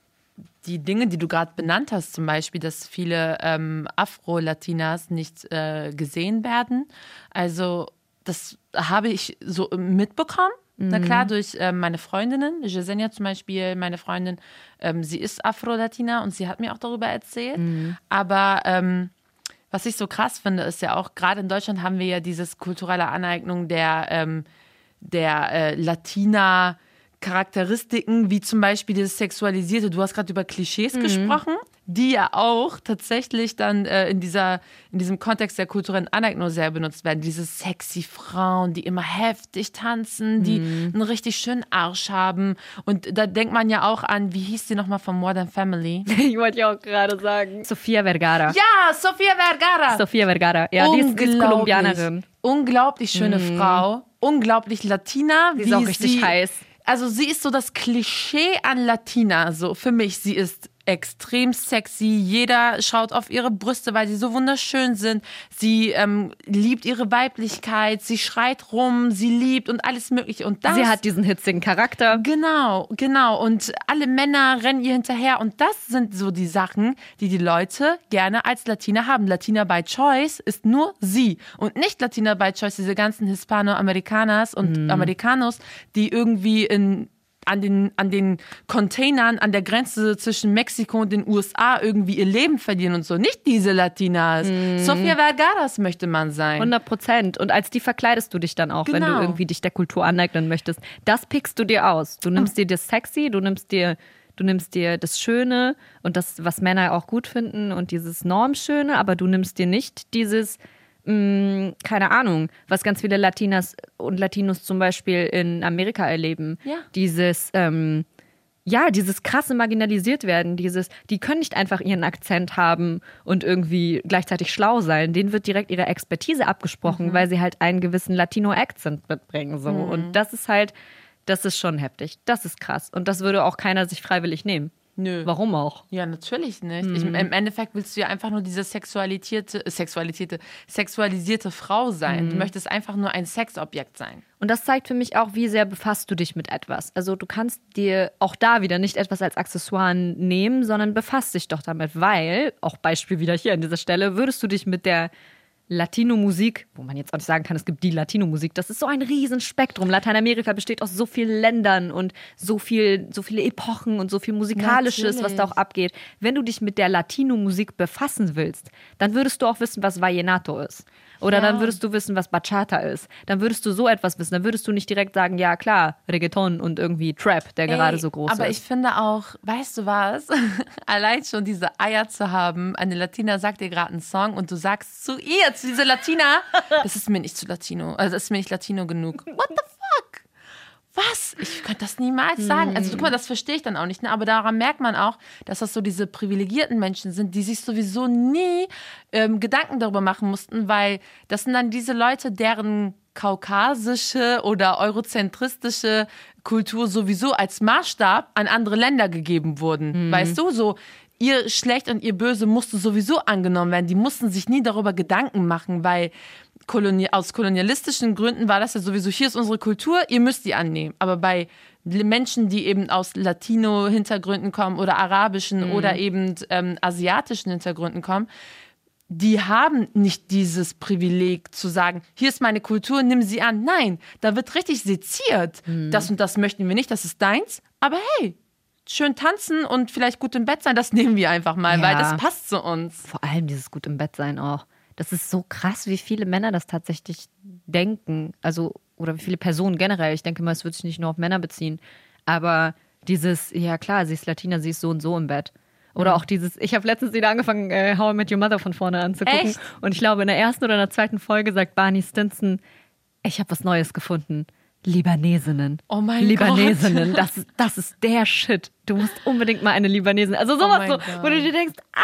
die Dinge, die du gerade benannt hast, zum Beispiel, dass viele ähm, Afro-Latinas nicht äh, gesehen werden. Also das habe ich so mitbekommen. Mhm. Na klar, durch ähm, meine Freundinnen. Jesenia zum Beispiel, meine Freundin, ähm, sie ist Afro-Latina und sie hat mir auch darüber erzählt. Mhm. Aber ähm, was ich so krass finde, ist ja auch, gerade in Deutschland haben wir ja dieses kulturelle Aneignung der, ähm, der äh, Latina- Charakteristiken, wie zum Beispiel dieses Sexualisierte. Du hast gerade über Klischees mhm. gesprochen. die ja auch tatsächlich dann äh, in dieser in diesem Kontext der kulturellen Anerkennung sehr benutzt werden. Diese sexy Frauen, die immer heftig tanzen, die mhm. einen richtig schönen Arsch haben. Und da denkt man ja auch an, wie hieß die nochmal von Modern Family? Ich wollte ja auch gerade sagen. Sofia Vergara. Ja, Sofia Vergara. Sofia Vergara. Ja, die ist, die ist Kolumbianerin. Unglaublich schöne mhm. Frau. Unglaublich Latina. Die ist auch richtig sie, heiß. Also sie ist so das Klischee an Latina. So für mich, sie ist extrem sexy. Jeder schaut auf ihre Brüste, weil sie so wunderschön sind. Sie ähm, liebt ihre Weiblichkeit. Sie schreit rum. Sie liebt und alles Mögliche. Und das, sie hat diesen hitzigen Charakter. Genau, genau. Und alle Männer rennen ihr hinterher. Und das sind so die Sachen, die die Leute gerne als Latina haben. Latina by Choice ist nur sie. Und nicht Latina by Choice, diese ganzen Hispano-Americanas und mm. Americanos, die irgendwie in an den, an den Containern an der Grenze zwischen Mexiko und den U S A irgendwie ihr Leben verlieren und so. Nicht diese Latinas. Mm. Sofia Vergaras möchte man sein. hundert Prozent. Und als die verkleidest du dich dann auch, genau. wenn du irgendwie dich der Kultur aneignen möchtest. Das pickst du dir aus. Du nimmst oh. dir das Sexy, du nimmst dir, du nimmst dir das Schöne und das, was Männer auch gut finden und dieses Normschöne, aber du nimmst dir nicht dieses keine Ahnung, was ganz viele Latinas und Latinos zum Beispiel in Amerika erleben. Ja. Dieses, ähm, ja, dieses krasse marginalisiert werden, dieses, die können nicht einfach ihren Akzent haben und irgendwie gleichzeitig schlau sein. Denen wird direkt ihre Expertise abgesprochen, mhm. weil sie halt einen gewissen Latino-Akzent mitbringen. So. Mhm. Und das ist halt, das ist schon heftig. Das ist krass. Und das würde auch keiner sich freiwillig nehmen. Nö. Warum auch? Ja, natürlich nicht. Mhm. Ich, im Endeffekt willst du ja einfach nur diese sexualisierte, äh, sexualisierte, sexualisierte Frau sein. Mhm. Du möchtest einfach nur ein Sexobjekt sein. Und das zeigt für mich auch, wie sehr befasst du dich mit etwas. Also du kannst dir auch da wieder nicht etwas als Accessoire nehmen, sondern befasst dich doch damit, weil, auch Beispiel wieder hier an dieser Stelle, würdest du dich mit der Latino-Musik, wo man jetzt auch nicht sagen kann, es gibt die Latino-Musik, das ist so ein Riesenspektrum. Lateinamerika besteht aus so vielen Ländern und so viel, so viele Epochen und so viel Musikalisches, Natürlich. was da auch abgeht. Wenn du dich mit der Latino-Musik befassen willst, dann würdest du auch wissen, was Vallenato ist. Oder ja. dann würdest du wissen, was Bachata ist. Dann würdest du so etwas wissen. Dann würdest du nicht direkt sagen, ja klar, Reggaeton und irgendwie Trap, der Ey, gerade so groß aber ist. Aber ich finde auch, weißt du was? Allein schon diese Eier zu haben. Eine Latina sagt dir gerade einen Song und du sagst zu ihr, zu dieser Latina, das ist mir nicht zu Latino. Also das ist mir nicht Latino genug. What the fuck? Was? Ich könnte das niemals sagen. Also guck mal, das verstehe ich dann auch nicht. Ne? Aber daran merkt man auch, dass das so diese privilegierten Menschen sind, die sich sowieso nie ähm, Gedanken darüber machen mussten, weil das sind dann diese Leute, deren kaukasische oder eurozentristische Kultur sowieso als Maßstab an andere Länder gegeben wurden. Mhm. Weißt du, so ihr Schlecht und ihr Böse musste sowieso angenommen werden. Die mussten sich nie darüber Gedanken machen, weil Koloni- aus kolonialistischen Gründen war das ja sowieso, hier ist unsere Kultur, ihr müsst die annehmen. Aber bei Menschen, die eben aus Latino-Hintergründen kommen oder arabischen mhm. oder eben ähm, asiatischen Hintergründen kommen, die haben nicht dieses Privileg zu sagen, hier ist meine Kultur, nimm sie an. Nein, da wird richtig seziert. Mhm. Das und das möchten wir nicht, das ist deins. Aber hey, schön tanzen und vielleicht gut im Bett sein, das nehmen wir einfach mal, ja. weil das passt zu uns. Vor allem dieses gut im Bett sein auch. Das ist so krass, wie viele Männer das tatsächlich denken. Also, oder wie viele Personen generell. Ich denke mal, es wird sich nicht nur auf Männer beziehen. Aber dieses, ja klar, sie ist Latina, sie ist so und so im Bett. Oder auch dieses, ich habe letztens wieder angefangen, äh, How I Met Your Mother von vorne anzugucken. Echt? Und ich glaube, in der ersten oder in der zweiten Folge sagt Barney Stinson, ich habe was Neues gefunden. Libanesinnen. Oh mein Libanesinnen, Gott. das, das ist der Shit. Du musst unbedingt mal eine Libanesin. Also sowas oh so, Gott. wo du dir denkst, ah,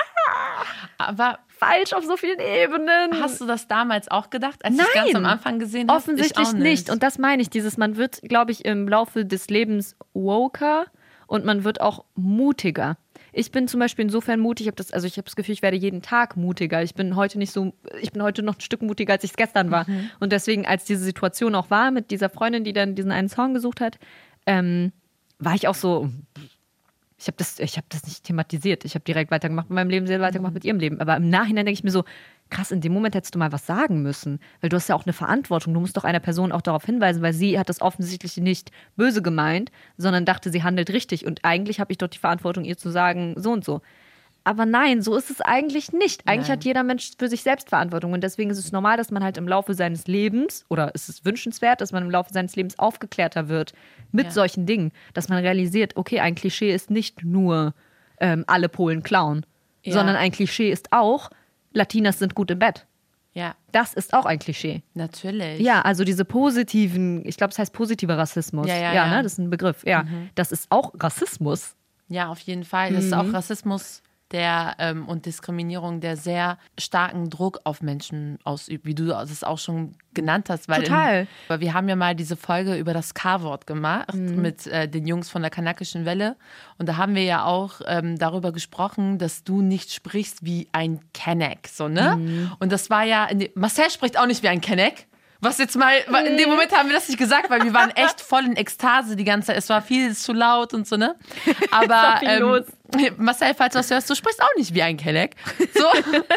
aber falsch auf so vielen Ebenen. Hast du das damals auch gedacht, als du Nein, es ganz am Anfang gesehen hast? Offensichtlich ich auch nicht. nicht. Und das meine ich, dieses, man wird, glaube ich, im Laufe des Lebens woker und man wird auch mutiger. Ich bin zum Beispiel insofern mutig, ich habe das, also ich habe das Gefühl, ich werde jeden Tag mutiger. Ich bin heute nicht so, ich bin heute noch ein Stück mutiger, als ich es gestern war. Mhm. Und deswegen, als diese Situation auch war mit dieser Freundin, die dann diesen einen Song gesucht hat, ähm, war ich auch so, ich habe das, ich habe das nicht thematisiert. Ich habe direkt weitergemacht mit meinem Leben, sie hat weitergemacht mhm. mit ihrem Leben. Aber im Nachhinein denke ich mir so, krass, in dem Moment hättest du mal was sagen müssen. Weil du hast ja auch eine Verantwortung. Du musst doch einer Person auch darauf hinweisen, weil sie hat das offensichtlich nicht böse gemeint, sondern dachte, sie handelt richtig. Und eigentlich habe ich doch die Verantwortung, ihr zu sagen, so und so. Aber nein, so ist es eigentlich nicht. Eigentlich nein. hat jeder Mensch für sich selbst Verantwortung. Und deswegen ist es normal, dass man halt im Laufe seines Lebens, oder ist es wünschenswert, dass man im Laufe seines Lebens aufgeklärter wird mit ja. solchen Dingen. Dass man realisiert, okay, ein Klischee ist nicht nur ähm, alle Polen klauen. Ja. sondern ein Klischee ist auch, Latinas sind gut im Bett. Ja, Das ist auch ein Klischee. natürlich. Ja, also diese positiven, ich glaube, es heißt positiver Rassismus. Ja, ja, ja. Ne? Das ist ein Begriff. Ja, mhm. Das ist auch Rassismus. Ja, auf jeden Fall. Das ist auch Rassismus der ähm, und Diskriminierung, der sehr starken Druck auf Menschen ausübt, wie du das auch schon genannt hast. Weil Total. In, wir haben ja mal diese Folge über das K-Wort gemacht mhm. mit äh, den Jungs von der kanakischen Welle. Und da haben wir ja auch ähm, darüber gesprochen, dass du nicht sprichst wie ein Kenneck. So, ne? Mhm. Und das war ja, in die, Marcel spricht auch nicht wie ein Kenneck. Was jetzt mal, in dem Moment haben wir das nicht gesagt, weil wir waren echt voll in Ekstase die ganze Zeit. Es war viel zu laut und so, ne? Aber viel los. Ähm, Marcel, falls du das hörst, du sprichst auch nicht wie ein Kelleck. So.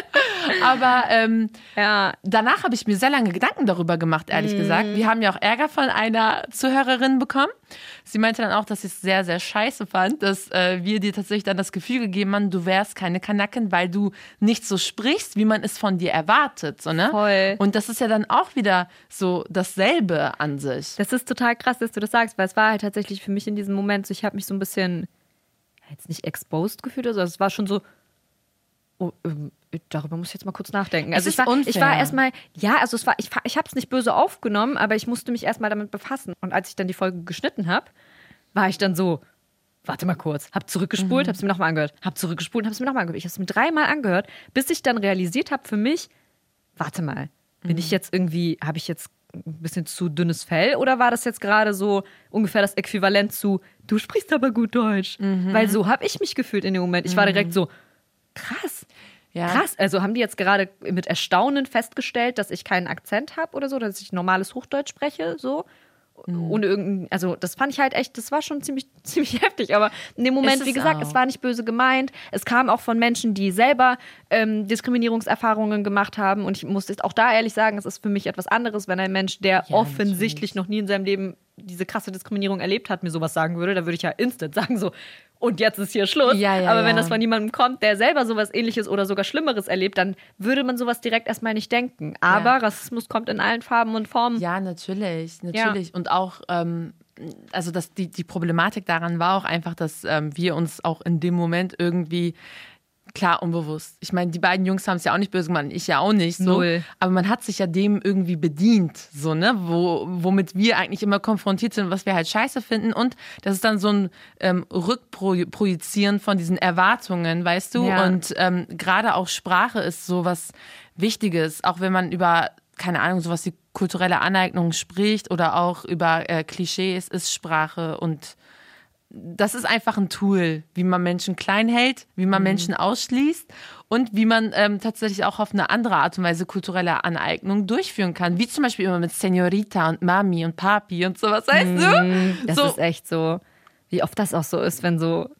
Aber ähm, ja. danach habe ich mir sehr lange Gedanken darüber gemacht, ehrlich mm. gesagt. Wir haben ja auch Ärger von einer Zuhörerin bekommen. Sie meinte dann auch, dass sie es sehr, sehr scheiße fand, dass äh, wir dir tatsächlich dann das Gefühl gegeben haben, du wärst keine Kanaken, weil du nicht so sprichst, wie man es von dir erwartet. So, ne? Voll. Und das ist ja dann auch wieder so dasselbe an sich. Das ist total krass, dass du das sagst, weil es war halt tatsächlich für mich in diesem Moment so, ich habe mich so ein bisschen jetzt nicht exposed gefühlt, also es war schon so, oh, ähm, darüber muss ich jetzt mal kurz nachdenken. Also es ich war, unfair. ich war erstmal, ja, also es war, ich, ich habe es nicht böse aufgenommen, aber ich musste mich erstmal damit befassen. Und als ich dann die Folge geschnitten habe, war ich dann so, warte mal kurz, hab zurückgespult, mhm. hab's mir nochmal angehört, hab zurückgespult, hab's mir nochmal angehört. Ich hab's mir dreimal angehört, bis ich dann realisiert habe für mich, warte mal, bin mhm. ich jetzt irgendwie, habe ich jetzt ein bisschen zu dünnes Fell oder war das jetzt gerade so ungefähr das Äquivalent zu, du sprichst aber gut Deutsch? Mhm. Weil so habe ich mich gefühlt in dem Moment. Ich war direkt so, krass. Ja. Krass, also haben die jetzt gerade mit Erstaunen festgestellt, dass ich keinen Akzent habe oder so, dass ich normales Hochdeutsch spreche, so. Mhm. Ohne irgendein, also das fand ich halt echt, das war schon ziemlich, ziemlich heftig, aber in dem Moment, wie gesagt, auch. Es war nicht böse gemeint, es kam auch von Menschen, die selber ähm, Diskriminierungserfahrungen gemacht haben und ich muss jetzt auch da ehrlich sagen, es ist für mich etwas anderes, wenn ein Mensch, der ja, offensichtlich natürlich. noch nie in seinem Leben diese krasse Diskriminierung erlebt hat, mir sowas sagen würde, da würde ich ja instant sagen so, und jetzt ist hier Schluss. Ja, ja, aber wenn ja. das von jemandem kommt, der selber sowas Ähnliches oder sogar Schlimmeres erlebt, dann würde man sowas direkt erstmal nicht denken. Aber ja. Rassismus kommt in allen Farben und Formen. Ja, natürlich, natürlich. Ja. Und auch, ähm, also das, die, die Problematik daran war auch einfach, dass ähm, wir uns auch in dem Moment irgendwie klar, unbewusst. Ich meine, die beiden Jungs haben es ja auch nicht böse gemacht, ich ja auch nicht. So. Null. Aber man hat sich ja dem irgendwie bedient, so, ne? Wo, womit wir eigentlich immer konfrontiert sind, was wir halt scheiße finden. Und das ist dann so ein ähm, Rückprojizieren von diesen Erwartungen, weißt du? Ja. Und ähm, gerade auch Sprache ist so was Wichtiges, auch wenn man über, keine Ahnung, sowas wie kulturelle Aneignung spricht oder auch über äh, Klischees, ist Sprache und das ist einfach ein Tool, wie man Menschen klein hält, wie man mhm. Menschen ausschließt und wie man ähm, tatsächlich auch auf eine andere Art und Weise kulturelle Aneignung durchführen kann. Wie zum Beispiel immer mit Senorita und Mami und Papi und sowas, weißt mhm. du? Das so. ist echt so, wie oft das auch so ist, wenn so,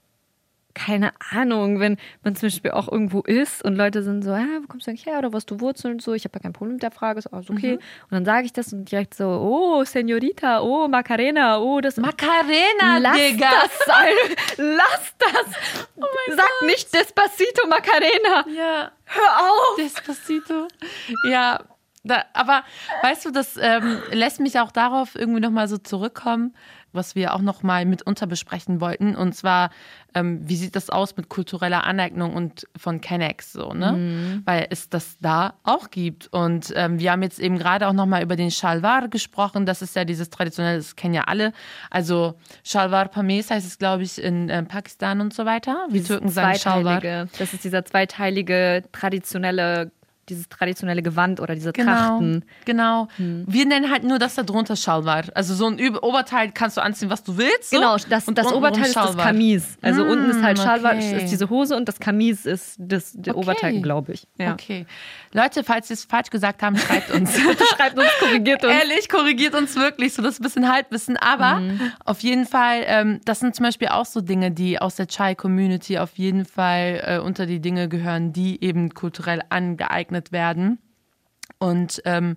keine Ahnung, wenn man zum Beispiel auch irgendwo ist und Leute sind so, ah, wo kommst du eigentlich her oder wo hast du Wurzeln und so, ich habe ja kein Problem mit der Frage, ist alles okay. Mhm. Und dann sage ich das und direkt so, oh, Senorita, oh, Macarena, oh, das... Macarena, lass Digga! Das sein. Lass das! Oh Sag Gott. Nicht Despacito, Macarena! Ja. Hör auf! Despacito. Ja, da, aber weißt du, das ähm, lässt mich auch darauf irgendwie nochmal so zurückkommen, was wir auch noch mal mitunter besprechen wollten. Und zwar, ähm, wie sieht das aus mit kultureller Aneignung und von Kennex so, ne? Mhm. Weil es das da auch gibt. Und ähm, wir haben jetzt eben gerade auch noch mal über den Shalwar gesprochen. Das ist ja dieses traditionelle, das kennen ja alle. Also Shalwar Pames heißt es, glaube ich, in äh, Pakistan und so weiter. Wie Türken sagen Shalwar. Das ist dieser zweiteilige traditionelle dieses traditionelle Gewand oder diese genau, Trachten. Genau. Hm. Wir nennen halt nur das da drunter Shalwar. Also so ein Über- Oberteil kannst du anziehen, was du willst. So. Genau, das, das Oberteil ist das Kamis. Also hm, unten ist halt Shalwar, okay. ist diese Hose und das Kamis ist das der okay. Oberteil, glaube ich. Ja. Okay. Leute, falls wir es falsch gesagt haben, schreibt uns. schreibt uns, korrigiert uns. Ehrlich, korrigiert uns wirklich. So, das ist ein bisschen Halbwissen. Aber mhm. auf jeden Fall, ähm, das sind zum Beispiel auch so Dinge, die aus der Chai-Community auf jeden Fall äh, unter die Dinge gehören, die eben kulturell angeeignet werden. Und ähm,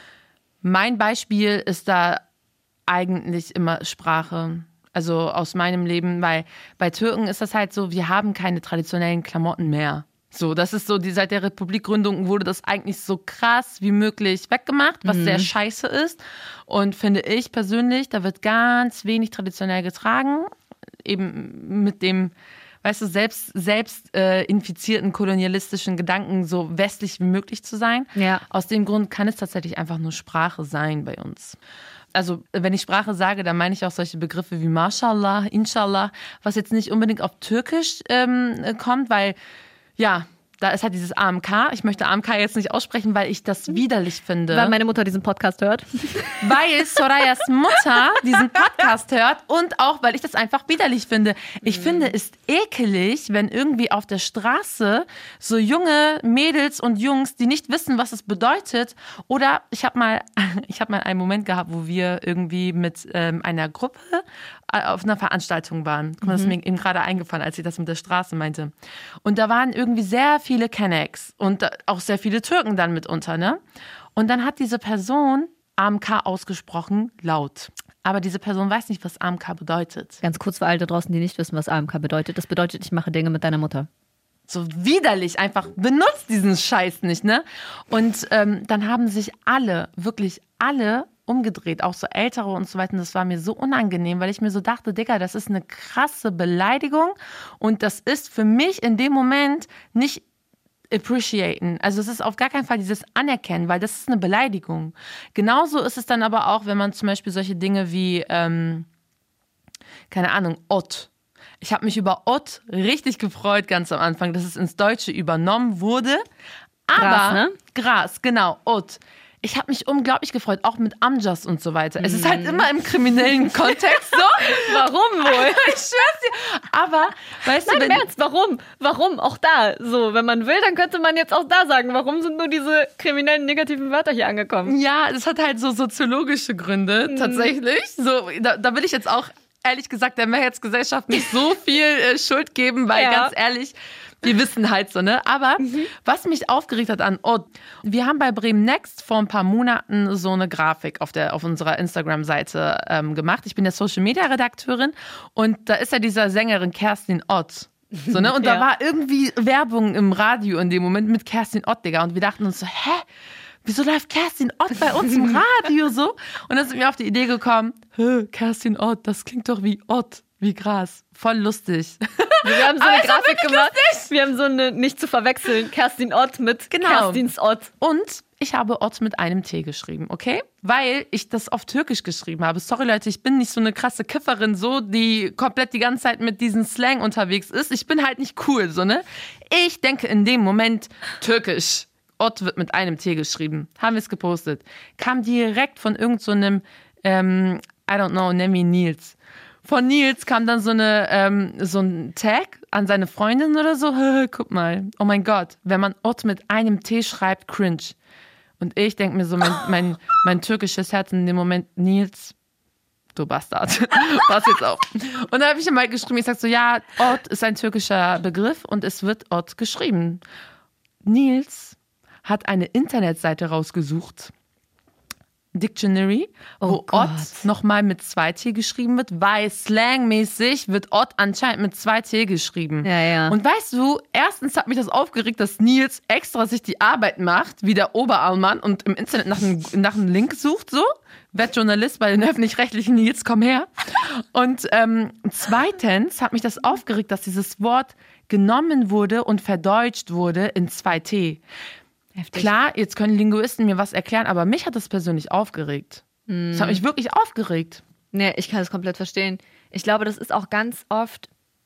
mein Beispiel ist da eigentlich immer Sprache. Also aus meinem Leben, weil bei Türken ist das halt so, wir haben keine traditionellen Klamotten mehr. So, das ist so, die, seit der Republikgründung wurde das eigentlich so krass wie möglich weggemacht, was mhm. sehr scheiße ist. Und finde ich persönlich, da wird ganz wenig traditionell getragen, eben mit dem weißt du, selbst, selbst äh, infizierten kolonialistischen Gedanken so westlich wie möglich zu sein. Ja. Aus dem Grund kann es tatsächlich einfach nur Sprache sein bei uns. Also wenn ich Sprache sage, dann meine ich auch solche Begriffe wie Mashallah, Inshallah, was jetzt nicht unbedingt auf Türkisch ähm, kommt, weil, ja, da ist halt dieses A M K. Ich möchte A M K jetzt nicht aussprechen, weil ich das widerlich finde. Weil meine Mutter diesen Podcast hört. Weil Sorayas Mutter diesen Podcast hört und auch, weil ich das einfach widerlich finde. Ich mhm. finde es ekelig, wenn irgendwie auf der Straße so junge Mädels und Jungs, die nicht wissen, was es bedeutet, oder ich habe mal, ich habe mal einen Moment gehabt, wo wir irgendwie mit ähm, einer Gruppe auf einer Veranstaltung waren. Guck mal, das ist mir eben gerade eingefallen, als ich das mit der Straße meinte. Und da waren irgendwie sehr viele Kennex und auch sehr viele Türken dann mitunter, ne? Und dann hat diese Person A M K ausgesprochen, laut. Aber diese Person weiß nicht, was A M K bedeutet. Ganz kurz für alle da draußen, die nicht wissen, was A M K bedeutet. Das bedeutet, ich mache Dinge mit deiner Mutter. So widerlich, einfach benutzt diesen Scheiß nicht, ne? Und ähm, dann haben sich alle, wirklich alle umgedreht, auch so Ältere und so weiter. Und das war mir so unangenehm, weil ich mir so dachte, Digga, das ist eine krasse Beleidigung und das ist für mich in dem Moment nicht appreciaten. Also es ist auf gar keinen Fall dieses Anerkennen, weil das ist eine Beleidigung. Genauso ist es dann aber auch, wenn man zum Beispiel solche Dinge wie, ähm, keine Ahnung, Ott. Ich habe mich über Ott richtig gefreut ganz am Anfang, dass es ins Deutsche übernommen wurde. Aber Gras, ne? Gras, genau, Ott. Ich habe mich unglaublich gefreut, auch mit Amjas und so weiter. Es ist halt immer im kriminellen Kontext so. Warum wohl? Ich schwör's dir. Aber, weißt Nein, du, im Ernst, warum? Warum? Auch da. So, wenn man will, dann könnte man jetzt auch da sagen, warum sind nur diese kriminellen negativen Wörter hier angekommen? Ja, das hat halt so soziologische Gründe, mhm. tatsächlich. So, da, da will ich jetzt auch, ehrlich gesagt, der Mehrheitsgesellschaft nicht so viel äh, Schuld geben, weil ja. ganz ehrlich, wir wissen halt so, ne? Aber mhm. was mich aufgeregt hat an Ott, wir haben bei Bremen Next vor ein paar Monaten so eine Grafik auf, der, auf unserer Instagram-Seite ähm, gemacht. Ich bin ja Social-Media-Redakteurin und da ist ja dieser Sängerin Kerstin Ott. So, ne? Und da ja. war irgendwie Werbung im Radio in dem Moment mit Kerstin Ott, Digga. Und wir dachten uns so, hä? Wieso läuft Kerstin Ott bei uns im Radio so? Und dann sind wir auf die Idee gekommen, hä, Kerstin Ott, das klingt doch wie Ott, wie Gras. Voll lustig. Wir haben so eine Grafik gemacht. Lustig. Wir haben so eine, nicht zu verwechseln, Kerstin Ott mit genau. Kerstins Ott. Und ich habe Ott mit einem T geschrieben, okay? Weil ich das auf Türkisch geschrieben habe. Sorry Leute, ich bin nicht so eine krasse Kifferin, so, die komplett die ganze Zeit mit diesem Slang unterwegs ist. Ich bin halt nicht cool, so, ne? Ich denke in dem Moment Türkisch. Ott wird mit einem T geschrieben. Haben wir es gepostet. Kam direkt von irgend so einem, ähm, I don't know, Nemi Nils. Von Nils kam dann so, eine, ähm, so ein Tag an seine Freundin oder so. Guck mal, oh mein Gott, wenn man Ott mit einem T schreibt, cringe. Und ich denke mir so, mein, mein, mein türkisches Herz in dem Moment, Nils, du Bastard, pass jetzt auf. Und dann habe ich ihm halt geschrieben, ich sag so, ja, Ott ist ein türkischer Begriff und es wird Ott geschrieben. Nils hat eine Internetseite rausgesucht, Dictionary, oh wo Gott. Ott nochmal mit zwei T geschrieben wird, weil slangmäßig wird Ott anscheinend mit zwei T geschrieben. Ja, ja. Und weißt du, erstens hat mich das aufgeregt, dass Nils extra sich die Arbeit macht, wie der Oberallmann und im Internet nach einem, nach einem Link sucht, so. Werd Journalist bei den Öffentlich-Rechtlichen, Nils, komm her. Und ähm, zweitens hat mich das aufgeregt, dass dieses Wort genommen wurde und verdeutscht wurde in zwei T. Heftig. Klar, jetzt können Linguisten mir was erklären, aber mich hat das persönlich aufgeregt. Das hat mich wirklich aufgeregt. Nee, ich kann das komplett verstehen. Ich glaube, das ist auch ganz oft,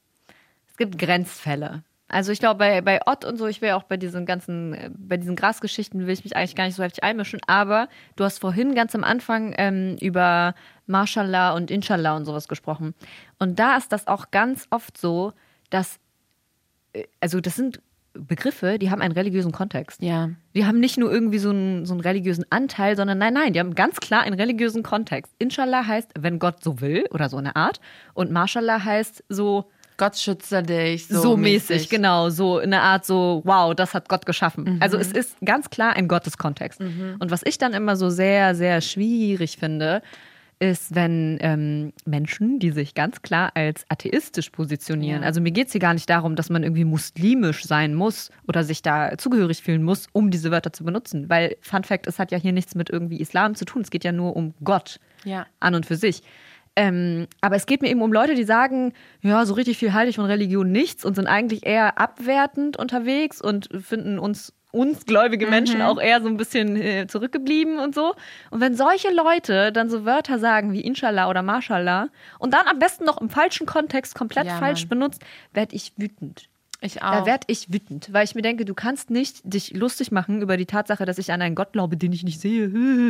es gibt Grenzfälle. Also ich glaube, bei, bei Ott und so, ich will auch bei diesen ganzen, bei diesen Grasgeschichten will ich mich eigentlich gar nicht so heftig einmischen, aber du hast vorhin ganz am Anfang ähm, über Mashallah und Inshallah und sowas gesprochen. Und da ist das auch ganz oft so, dass, also das sind Begriffe, die haben einen religiösen Kontext. Ja. Die haben nicht nur irgendwie so einen, so einen religiösen Anteil, sondern nein, nein, die haben ganz klar einen religiösen Kontext. Inshallah heißt, wenn Gott so will, oder so eine Art. Und Mashallah heißt so, Gott schütze dich. So, so mäßig, mäßig, genau. So in einer Art so, wow, das hat Gott geschaffen. Mhm. Also es ist ganz klar ein Gotteskontext. Mhm. Und was ich dann immer so sehr, sehr schwierig finde, ist, wenn ähm, Menschen, die sich ganz klar als atheistisch positionieren, ja. also mir geht es hier gar nicht darum, dass man irgendwie muslimisch sein muss oder sich da zugehörig fühlen muss, um diese Wörter zu benutzen. Weil, Fun Fact, es hat ja hier nichts mit irgendwie Islam zu tun. Es geht ja nur um Gott ja. an und für sich. Ähm, aber es geht mir eben um Leute, die sagen, ja, so richtig viel halte ich von Religion nichts und sind eigentlich eher abwertend unterwegs und finden uns, uns gläubige Menschen Mhm. auch eher so ein bisschen äh, zurückgeblieben und so. Und wenn solche Leute dann so Wörter sagen wie Inshallah oder Mashallah und dann am besten noch im falschen Kontext komplett Ja, falsch Mann. benutzt, werde ich wütend. Ich Da auch. werde ich wütend, weil ich mir denke, du kannst nicht dich lustig machen über die Tatsache, dass ich an einen Gott glaube, den ich nicht sehe.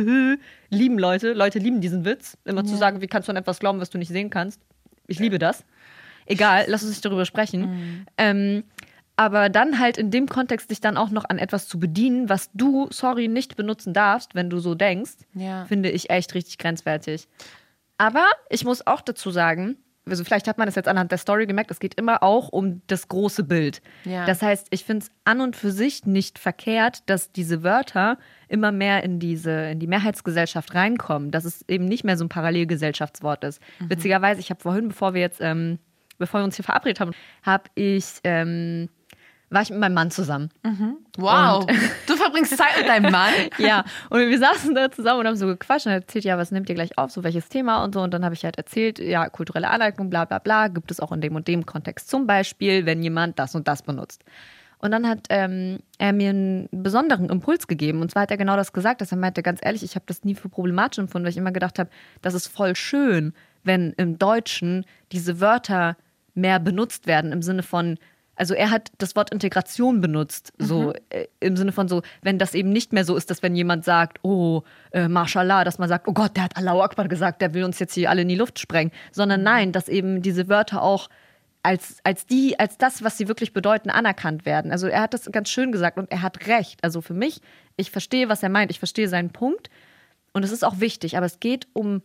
Lieben Leute, Leute lieben diesen Witz, immer zu sagen, wie kannst du an etwas glauben, was du nicht sehen kannst. Ich liebe das. Egal, lass uns nicht darüber sprechen. Mhm. Ähm, aber dann halt in dem Kontext dich dann auch noch an etwas zu bedienen, was du, sorry, nicht benutzen darfst, wenn du so denkst, Ja. finde ich echt richtig grenzwertig. Aber ich muss auch dazu sagen, also vielleicht hat man das jetzt anhand der Story gemerkt, es geht immer auch um das große Bild. Ja. Das heißt, ich finde es an und für sich nicht verkehrt, dass diese Wörter immer mehr in diese, in die Mehrheitsgesellschaft reinkommen, dass es eben nicht mehr so ein Parallelgesellschaftswort ist. Mhm. Witzigerweise, ich habe vorhin, bevor wir jetzt, ähm, bevor wir uns hier verabredet haben, habe ich, ähm, war ich mit meinem Mann zusammen. Wow. Du verbringst Zeit mit deinem Mann? Ja, und wir saßen da zusammen und haben so gequatscht und er erzählt, ja, was nimmt ihr gleich auf, so welches Thema und so. Und dann habe ich halt erzählt, ja, kulturelle Aneignung, bla bla bla, gibt es auch in dem und dem Kontext. Zum Beispiel, wenn jemand das und das benutzt. Und dann hat ähm, er mir einen besonderen Impuls gegeben. Und zwar hat er genau das gesagt, dass er meinte, ganz ehrlich, ich habe das nie für problematisch empfunden, weil ich immer gedacht habe, das ist voll schön, wenn im Deutschen diese Wörter mehr benutzt werden, im Sinne von, also er hat das Wort Integration benutzt, so äh, im Sinne von so, wenn das eben nicht mehr so ist, dass wenn jemand sagt, oh, äh, Mashallah, dass man sagt, oh Gott, der hat Allahu Akbar gesagt, der will uns jetzt hier alle in die Luft sprengen, sondern nein, dass eben diese Wörter auch als, als die, als das, was sie wirklich bedeuten, anerkannt werden. Also er hat das ganz schön gesagt und er hat recht. Also für mich, ich verstehe, was er meint, ich verstehe seinen Punkt und es ist auch wichtig, aber es geht um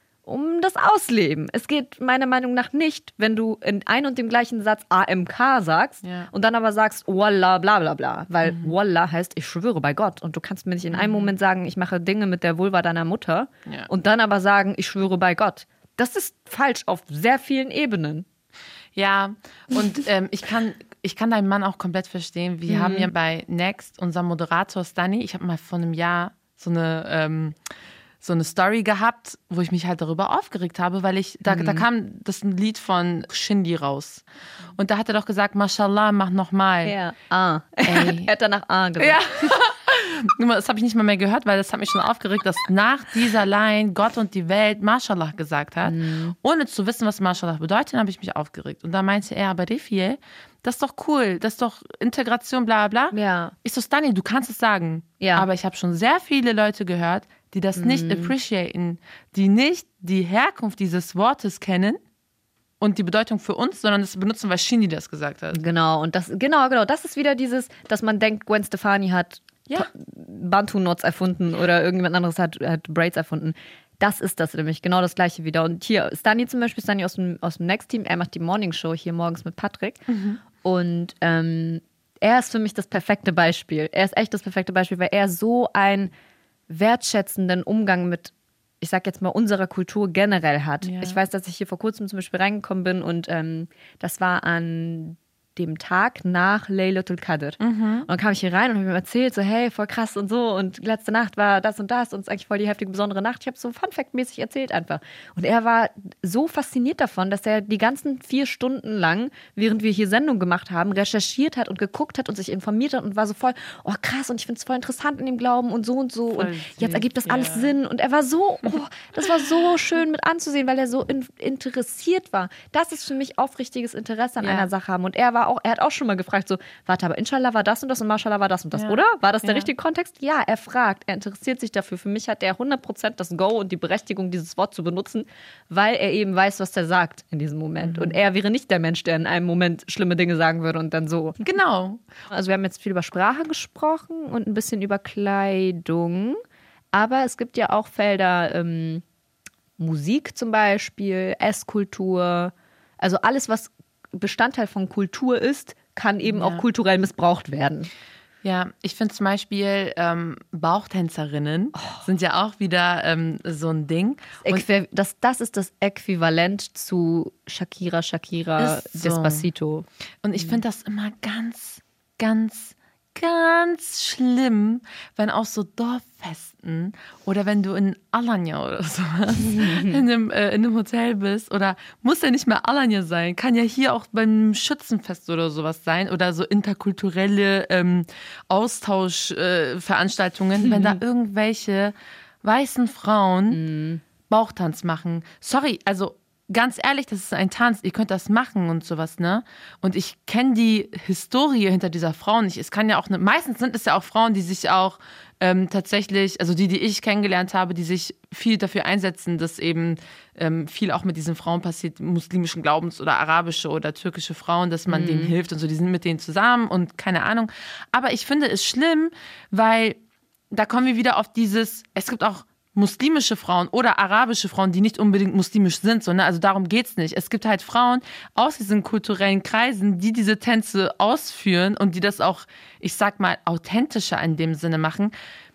um das Ausleben. Es geht meiner Meinung nach nicht, wenn du in ein und dem gleichen Satz A M K sagst Ja. und dann aber sagst Wallah, bla bla bla. Weil mhm. Wallah heißt, ich schwöre bei Gott. Und du kannst mir nicht in einem Moment sagen, ich mache Dinge mit der Vulva deiner Mutter Ja. und dann aber sagen, ich schwöre bei Gott. Das ist falsch auf sehr vielen Ebenen. Ja, und ähm, ich kann ich kann deinen Mann auch komplett verstehen. Wir Mhm. haben ja bei Next, unserem Moderator Stani, ich habe mal vor einem Jahr so eine ähm, so eine Story gehabt, wo ich mich halt darüber aufgeregt habe, weil ich, da, da kam das ein Lied von Shindy raus. Und da hat er doch gesagt, Mashallah, mach nochmal. Ja. Ah. Ey. Er hat danach A gesagt. Ja. Das habe ich nicht mal mehr gehört, weil das hat mich schon aufgeregt, dass nach dieser Line Gott und die Welt Mashallah gesagt hat. Mhm. Ohne zu wissen, was Mashallah bedeutet, habe ich mich aufgeregt. Und da meinte er, aber Refiel, das ist doch cool, das ist doch Integration, bla bla. Ja. Ich so, Stani, du kannst es sagen. Ja. Aber ich habe schon sehr viele Leute gehört, die das nicht appreciaten, die nicht die Herkunft dieses Wortes kennen und die Bedeutung für uns, sondern das benutzen, weil Shindy das gesagt hat. Genau, und das, genau, genau, das ist wieder dieses, dass man denkt, Gwen Stefani hat Ja. Bantu-Knots erfunden oder irgendjemand anderes hat, hat Braids erfunden. Das ist das nämlich, genau das gleiche wieder. Und hier, Stani zum Beispiel, Stani aus dem, aus dem Next Team, er macht die Morning Show hier morgens mit Patrick. Und ähm, er ist für mich das perfekte Beispiel. Er ist echt das perfekte Beispiel, weil er so einen wertschätzenden Umgang mit, ich sag jetzt mal, unserer Kultur generell hat. Ja. Ich weiß, dass ich hier vor kurzem zum Beispiel reingekommen bin und ähm, das war an dem Tag nach Laylatul Qadr. Und dann kam ich hier rein und habe ihm erzählt, so hey, voll krass und so und letzte Nacht war das und das und es ist eigentlich voll die heftige, besondere Nacht. Ich habe so Fun-Fact-mäßig erzählt einfach. Und er war so fasziniert davon, dass er die ganzen vier Stunden lang, während wir hier Sendung gemacht haben, recherchiert hat und geguckt hat und sich informiert hat und war so voll, oh krass und ich finde es voll interessant in dem Glauben und so und so Voll und süß, jetzt ergibt das alles ja. Sinn. Und er war so, oh, das war so schön mit anzusehen, weil er so in, interessiert war. Das ist für mich aufrichtiges Interesse an Ja. einer Sache haben. Und er war auch, er hat auch schon mal gefragt, so, warte, aber Inshallah war das und das und Mashallah war das und das, Ja. oder? War das der Ja. richtige Kontext? Ja, er fragt, er interessiert sich dafür. Für mich hat er hundert Prozent das Go und die Berechtigung, dieses Wort zu benutzen, weil er eben weiß, was er sagt in diesem Moment. Und er wäre nicht der Mensch, der in einem Moment schlimme Dinge sagen würde und dann so. Genau. Also wir haben jetzt viel über Sprache gesprochen und ein bisschen über Kleidung. Aber es gibt ja auch Felder, ähm, Musik zum Beispiel, Esskultur. Also alles, was Bestandteil von Kultur ist, kann eben Ja. auch kulturell missbraucht werden. Ja, ich finde zum Beispiel ähm, Bauchtänzerinnen sind ja auch wieder ähm, so ein Ding. Und Äqui- das, das ist das Äquivalent zu Shakira, Shakira, Ist so. Despacito. Und ich finde das immer ganz, ganz ganz schlimm, wenn auf so Dorffesten oder wenn du in Alanya oder sowas in, einem, äh, in einem Hotel bist oder muss ja nicht mehr Alanya sein, kann ja hier auch beim Schützenfest oder sowas sein oder so interkulturelle ähm, Austauschveranstaltungen, äh, wenn da irgendwelche weißen Frauen mhm. Bauchtanz machen. Sorry, also ganz ehrlich, das ist ein Tanz, ihr könnt das machen und sowas, ne? Und ich kenne die Historie hinter dieser Frau nicht. Es kann ja auch, ne, meistens sind es ja auch Frauen, die sich auch ähm, tatsächlich, also die, die ich kennengelernt habe, die sich viel dafür einsetzen, dass eben ähm, viel auch mit diesen Frauen passiert, muslimischen Glaubens oder arabische oder türkische Frauen, dass man mhm. denen hilft und so, die sind mit denen zusammen und keine Ahnung. Aber ich finde es schlimm, weil da kommen wir wieder auf dieses, es gibt auch muslimische Frauen oder arabische Frauen, die nicht unbedingt muslimisch sind, sondern also darum geht's nicht. Es gibt halt Frauen aus diesen kulturellen Kreisen, die diese Tänze ausführen und die das auch, ich sag mal, authentischer in dem Sinne machen.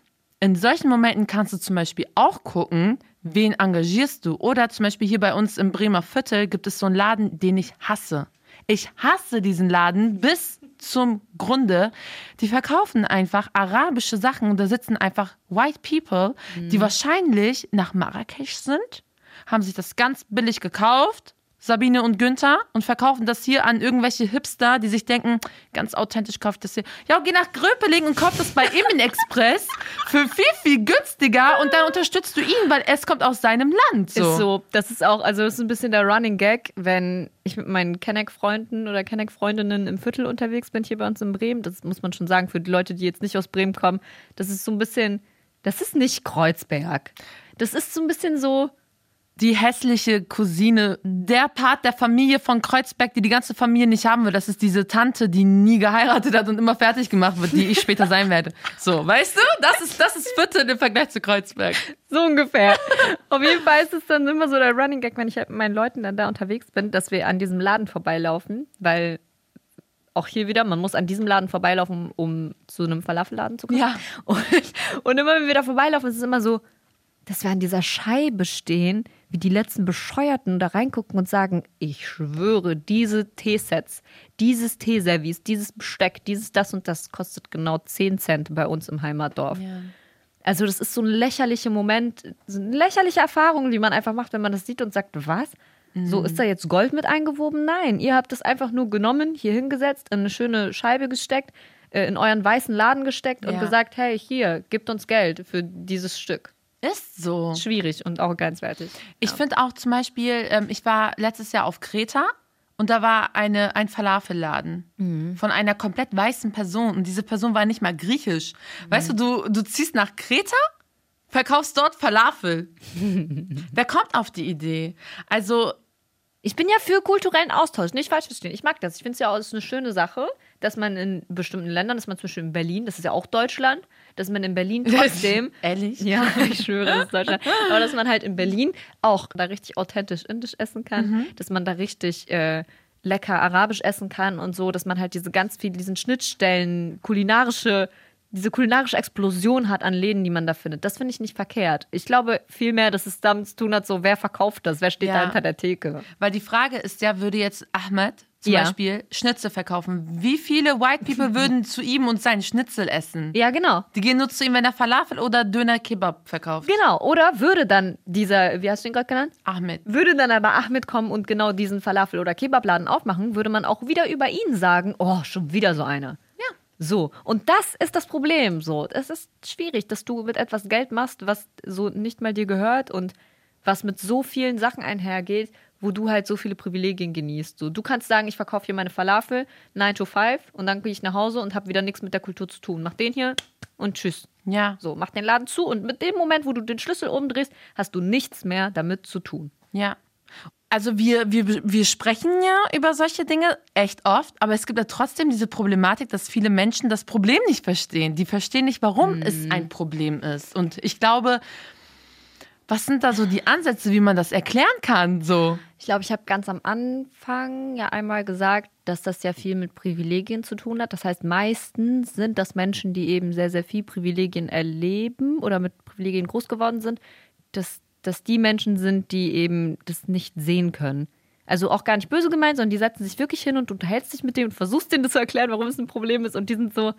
In solchen Momenten kannst du zum Beispiel auch gucken, wen engagierst du. Oder zum Beispiel hier bei uns im Bremer Viertel gibt es so einen Laden, den ich hasse. Ich hasse diesen Laden bis zum Grunde. Die verkaufen einfach arabische Sachen und da sitzen einfach White People, die mhm. wahrscheinlich nach Marrakesch sind, haben sich das ganz billig gekauft, Sabine und Günther, und verkaufen das hier an irgendwelche Hipster, die sich denken, ganz authentisch kauft das hier. Ja, geh nach Gröpeling und kauf das bei Emin Express für viel, viel günstiger und dann unterstützt du ihn, weil es kommt aus seinem Land. So. Ist so. Das ist auch, also das ist ein bisschen der Running Gag, wenn ich mit meinen Kenneck-Freunden oder Kenneck-Freundinnen im Viertel unterwegs bin, hier bei uns in Bremen. Das muss man schon sagen, für die Leute, die jetzt nicht aus Bremen kommen. Das ist so ein bisschen, das ist nicht Kreuzberg. Das ist so ein bisschen so die hässliche Cousine, der Part der Familie von Kreuzberg, die die ganze Familie nicht haben will. Das ist diese Tante, die nie geheiratet hat und immer fertig gemacht wird, die ich später sein werde. So, weißt du? Das ist, das ist Viertel im Vergleich zu Kreuzberg. So ungefähr. Auf jeden Fall ist es dann immer so der Running Gag, wenn ich halt mit meinen Leuten dann da unterwegs bin, dass wir an diesem Laden vorbeilaufen, weil auch hier wieder, man muss an diesem Laden vorbeilaufen, um zu einem Falafelladen zu kommen. Ja. Und, und immer, wenn wir da vorbeilaufen, ist es immer so, dass wir an dieser Scheibe stehen, wie die letzten Bescheuerten da reingucken und sagen, ich schwöre, diese Teesets, dieses Teeservice, dieses Besteck, dieses das und das kostet genau zehn Cent bei uns im Heimatdorf. Ja. Also das ist so ein lächerlicher Moment, so eine lächerliche Erfahrung, die man einfach macht, wenn man das sieht und sagt, was? Mhm. So, ist da jetzt Gold mit eingewoben? Nein, ihr habt das einfach nur genommen, hier hingesetzt, in eine schöne Scheibe gesteckt, in euren weißen Laden gesteckt ja. und gesagt, hey, hier, gebt uns Geld für dieses Stück. Ist so. Schwierig und auch grenzwertig. Ich ja. finde auch zum Beispiel, ähm, ich war letztes Jahr auf Kreta und da war eine, ein Falafelladen mhm. von einer komplett weißen Person und diese Person war nicht mal griechisch. Mhm. Weißt du, du, du ziehst nach Kreta, verkaufst dort Falafel. Wer kommt auf die Idee? Also ich bin ja für kulturellen Austausch, nicht falsch verstehen. Ich mag das. Ich finde es ja auch ist eine schöne Sache, dass man in bestimmten Ländern, dass man zum Beispiel in Berlin, das ist ja auch Deutschland, dass man in Berlin trotzdem... Ehrlich? Ja, ich schwöre, das ist Deutschland. Aber dass man halt in Berlin auch da richtig authentisch indisch essen kann, mhm. dass man da richtig äh, lecker arabisch essen kann und so, dass man halt diese ganz viel, diesen Schnittstellen, kulinarische... diese kulinarische Explosion hat an Läden, die man da findet. Das finde ich nicht verkehrt. Ich glaube vielmehr, dass es damit zu tun hat, so wer verkauft das, wer steht ja. da hinter der Theke. Weil die Frage ist ja, würde jetzt Ahmed zum ja. Beispiel Schnitzel verkaufen, wie viele White People würden zu ihm und seinen Schnitzel essen? Ja, genau. Die gehen nur zu ihm, wenn er Falafel oder Döner Kebab verkauft. Genau, oder würde dann dieser, wie hast du ihn gerade genannt? Ahmed. Würde dann aber Ahmed kommen und genau diesen Falafel- oder Kebabladen aufmachen, würde man auch wieder über ihn sagen, oh, schon wieder so einer. So, und das ist das Problem. So, es ist schwierig, dass du mit etwas Geld machst, was so nicht mal dir gehört und was mit so vielen Sachen einhergeht, wo du halt so viele Privilegien genießt. So, du kannst sagen, ich verkaufe hier meine Falafel, nine to five und dann gehe ich nach Hause und habe wieder nichts mit der Kultur zu tun. Mach den hier und tschüss. Ja. So, mach den Laden zu und mit dem Moment, wo du den Schlüssel umdrehst, hast du nichts mehr damit zu tun. Ja. Also wir, wir, wir sprechen ja über solche Dinge echt oft, aber es gibt ja trotzdem diese Problematik, dass viele Menschen das Problem nicht verstehen. Die verstehen nicht, warum mhm. es ein Problem ist. Und ich glaube, was sind da so die Ansätze, wie man das erklären kann? So? Ich glaube, ich habe ganz am Anfang ja einmal gesagt, dass das ja viel mit Privilegien zu tun hat. Das heißt, meistens sind das Menschen, die eben sehr, sehr viel Privilegien erleben oder mit Privilegien groß geworden sind, dass dass die Menschen sind, die eben das nicht sehen können. Also auch gar nicht böse gemeint, sondern die setzen sich wirklich hin und du unterhältst dich mit denen und versuchst denen das zu erklären, warum es ein Problem ist. Und die sind so,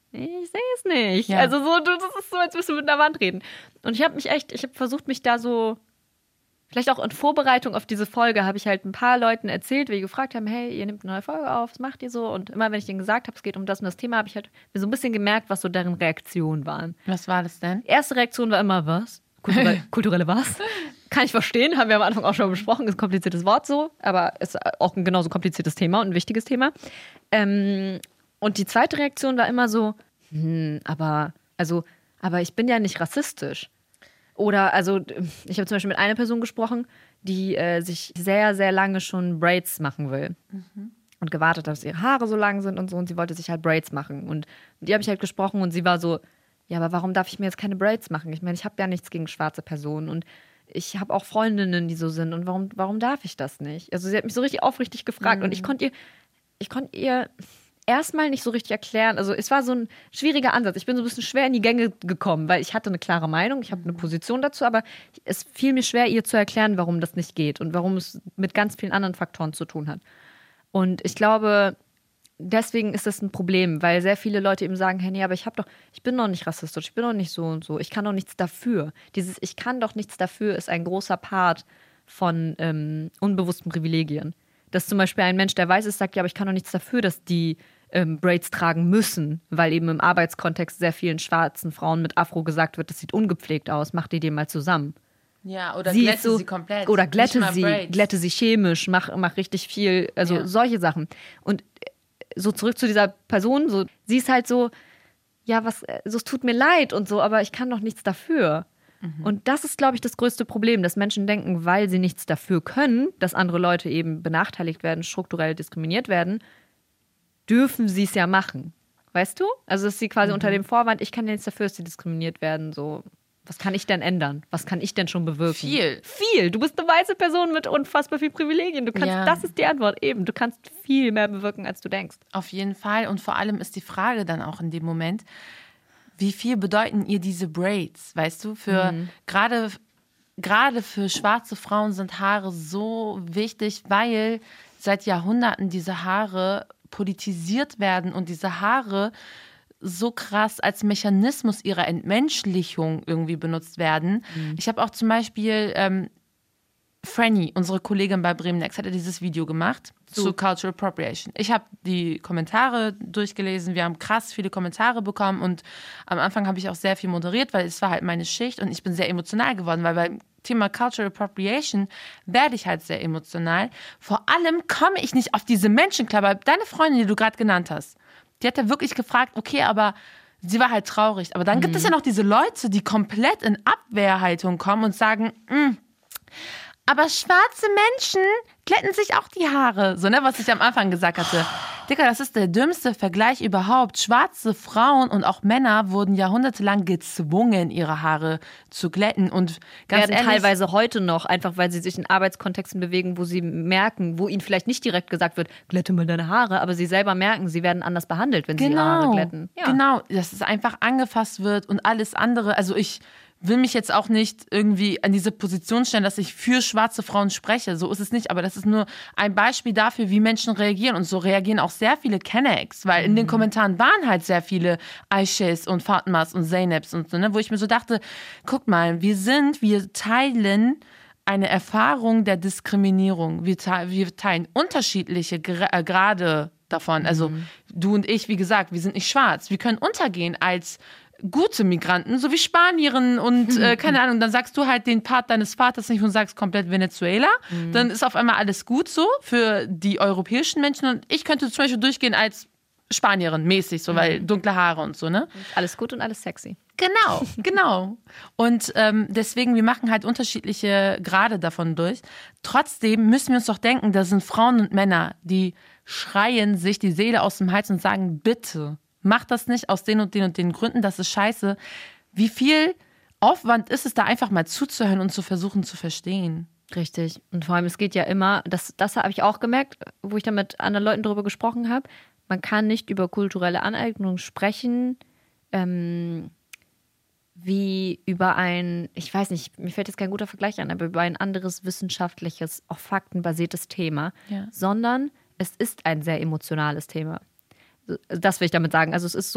ich sehe es nicht. Ja. Also so, das ist so, als würdest du mit einer Wand reden. Und ich habe mich echt, ich habe versucht, mich da so, vielleicht auch in Vorbereitung auf diese Folge, habe ich halt ein paar Leuten erzählt, wie die gefragt haben, hey, ihr nehmt eine neue Folge auf, was macht ihr so? Und immer, wenn ich denen gesagt habe, es geht um das und das Thema, habe ich halt mir so ein bisschen gemerkt, was so deren Reaktionen waren. Was war das denn? Erste Reaktion war immer, was? Kulturelle, kulturelle was? Kann ich verstehen, haben wir am Anfang auch schon besprochen, ist ein kompliziertes Wort so, aber ist auch ein genauso kompliziertes Thema und ein wichtiges Thema. Ähm, und die zweite Reaktion war immer so, hm, aber, also, aber ich bin ja nicht rassistisch. Oder, also, ich habe zum Beispiel mit einer Person gesprochen, die äh, sich sehr, sehr lange schon Braids machen will. Mhm. Und gewartet hat, dass ihre Haare so lang sind und so, und sie wollte sich halt Braids machen. Und mit ihr habe ich halt gesprochen und sie war so, ja, aber warum darf ich mir jetzt keine Braids machen? Ich meine, ich habe ja nichts gegen schwarze Personen und ich habe auch Freundinnen, die so sind und warum, warum darf ich das nicht? Also sie hat mich so richtig aufrichtig gefragt mhm. und ich konnte ihr, ich konnte ihr erstmal nicht so richtig erklären, also es war so ein schwieriger Ansatz. Ich bin so ein bisschen schwer in die Gänge gekommen, weil ich hatte eine klare Meinung, ich habe eine Position dazu, aber es fiel mir schwer, ihr zu erklären, warum das nicht geht und warum es mit ganz vielen anderen Faktoren zu tun hat. Und ich glaube, deswegen ist das ein Problem, weil sehr viele Leute eben sagen, hey, nee, aber ich hab doch, ich bin doch nicht rassistisch, ich bin doch nicht so und so, ich kann doch nichts dafür. Dieses Ich kann doch nichts dafür ist ein großer Part von ähm, unbewussten Privilegien. Dass zum Beispiel ein Mensch, der weiß ist, sagt, ja, aber ich kann doch nichts dafür, dass die ähm, Braids tragen müssen, weil eben im Arbeitskontext sehr vielen schwarzen Frauen mit Afro gesagt wird, das sieht ungepflegt aus, mach die den mal zusammen. Ja, oder sie glätte so, sie komplett. Oder glätte sie, Braids. glätte sie chemisch, mach, mach richtig viel, also ja. solche Sachen. Und so zurück zu dieser Person, so, sie ist halt so, ja, was, so, es tut mir leid und so, aber ich kann doch nichts dafür. Mhm. Und das ist, glaube ich, das größte Problem, dass Menschen denken, weil sie nichts dafür können, dass andere Leute eben benachteiligt werden, strukturell diskriminiert werden, dürfen sie es ja machen. Weißt du? Also, dass sie quasi mhm. unter dem Vorwand, ich kann ja nichts dafür, dass sie diskriminiert werden, so, was kann ich denn ändern? Was kann ich denn schon bewirken? Viel. Viel. Du bist eine weiße Person mit unfassbar viel Privilegien. Du kannst, ja. das ist die Antwort eben. Du kannst viel mehr bewirken, als du denkst. Auf jeden Fall. Und vor allem ist die Frage dann auch in dem Moment, wie viel bedeuten ihr diese Braids? Weißt du, für mhm. gerade, gerade für schwarze Frauen sind Haare so wichtig, weil seit Jahrhunderten diese Haare politisiert werden und diese Haare so krass als Mechanismus ihrer Entmenschlichung irgendwie benutzt werden. Mhm. Ich habe auch zum Beispiel ähm, Franny, unsere Kollegin bei Bremen Next, hat ja dieses Video gemacht so. zu Cultural Appropriation. Ich habe die Kommentare durchgelesen, wir haben krass viele Kommentare bekommen und am Anfang habe ich auch sehr viel moderiert, weil es war halt meine Schicht und ich bin sehr emotional geworden, weil beim Thema Cultural Appropriation werde ich halt sehr emotional. Vor allem komme ich nicht auf diese Menschen klar, weil deine Freundin, die du gerade genannt hast, die hat ja wirklich gefragt, okay, aber sie war halt traurig. Aber dann mhm. gibt es ja noch diese Leute, die komplett in Abwehrhaltung kommen und sagen, aber schwarze Menschen glätten sich auch die Haare. So, ne, was ich am Anfang gesagt hatte. Dicker, das ist der dümmste Vergleich überhaupt. Schwarze Frauen und auch Männer wurden jahrhundertelang gezwungen, ihre Haare zu glätten. Und ganz werden ehrlich, teilweise heute noch, einfach weil sie sich in Arbeitskontexten bewegen, wo sie merken, wo ihnen vielleicht nicht direkt gesagt wird, glätte mal deine Haare, aber sie selber merken, sie werden anders behandelt, wenn genau, sie ihre Haare glätten. Ja. Genau, dass es einfach angefasst wird und alles andere. Also ich will mich jetzt auch nicht irgendwie an diese Position stellen, dass ich für schwarze Frauen spreche. So ist es nicht. Aber das ist nur ein Beispiel dafür, wie Menschen reagieren. Und so reagieren auch sehr viele Kennex, weil in den Kommentaren waren halt sehr viele Aishas und Fatmas und Zainabs und so, ne, wo ich mir so dachte, guck mal, wir sind, wir teilen eine Erfahrung der Diskriminierung. Wir, te- wir teilen unterschiedliche Gra- äh, Grade davon. Also mhm. du und ich, wie gesagt, wir sind nicht schwarz. Wir können untergehen als gute Migranten, so wie Spanierinnen und äh, keine Ahnung, dann sagst du halt den Part deines Vaters nicht und sagst komplett Venezuela, mhm. dann ist auf einmal alles gut so für die europäischen Menschen und ich könnte zum Beispiel durchgehen als Spanierin mäßig, so, mhm. weil dunkle Haare und so, ne? Alles gut und alles sexy. Genau, genau. Und ähm, deswegen, wir machen halt unterschiedliche Grade davon durch. Trotzdem müssen wir uns doch denken, da sind Frauen und Männer, die schreien sich die Seele aus dem Hals und sagen, bitte, mach das nicht aus den und den und den Gründen, das ist scheiße. Wie viel Aufwand ist es, da einfach mal zuzuhören und zu versuchen zu verstehen? Richtig. Und vor allem, es geht ja immer, das, das habe ich auch gemerkt, wo ich da mit anderen Leuten drüber gesprochen habe, man kann nicht über kulturelle Aneignung sprechen, ähm, wie über ein, ich weiß nicht, mir fällt jetzt kein guter Vergleich an, aber über ein anderes wissenschaftliches, auch faktenbasiertes Thema, ja. sondern es ist ein sehr emotionales Thema. Das will ich damit sagen. Also es ist so,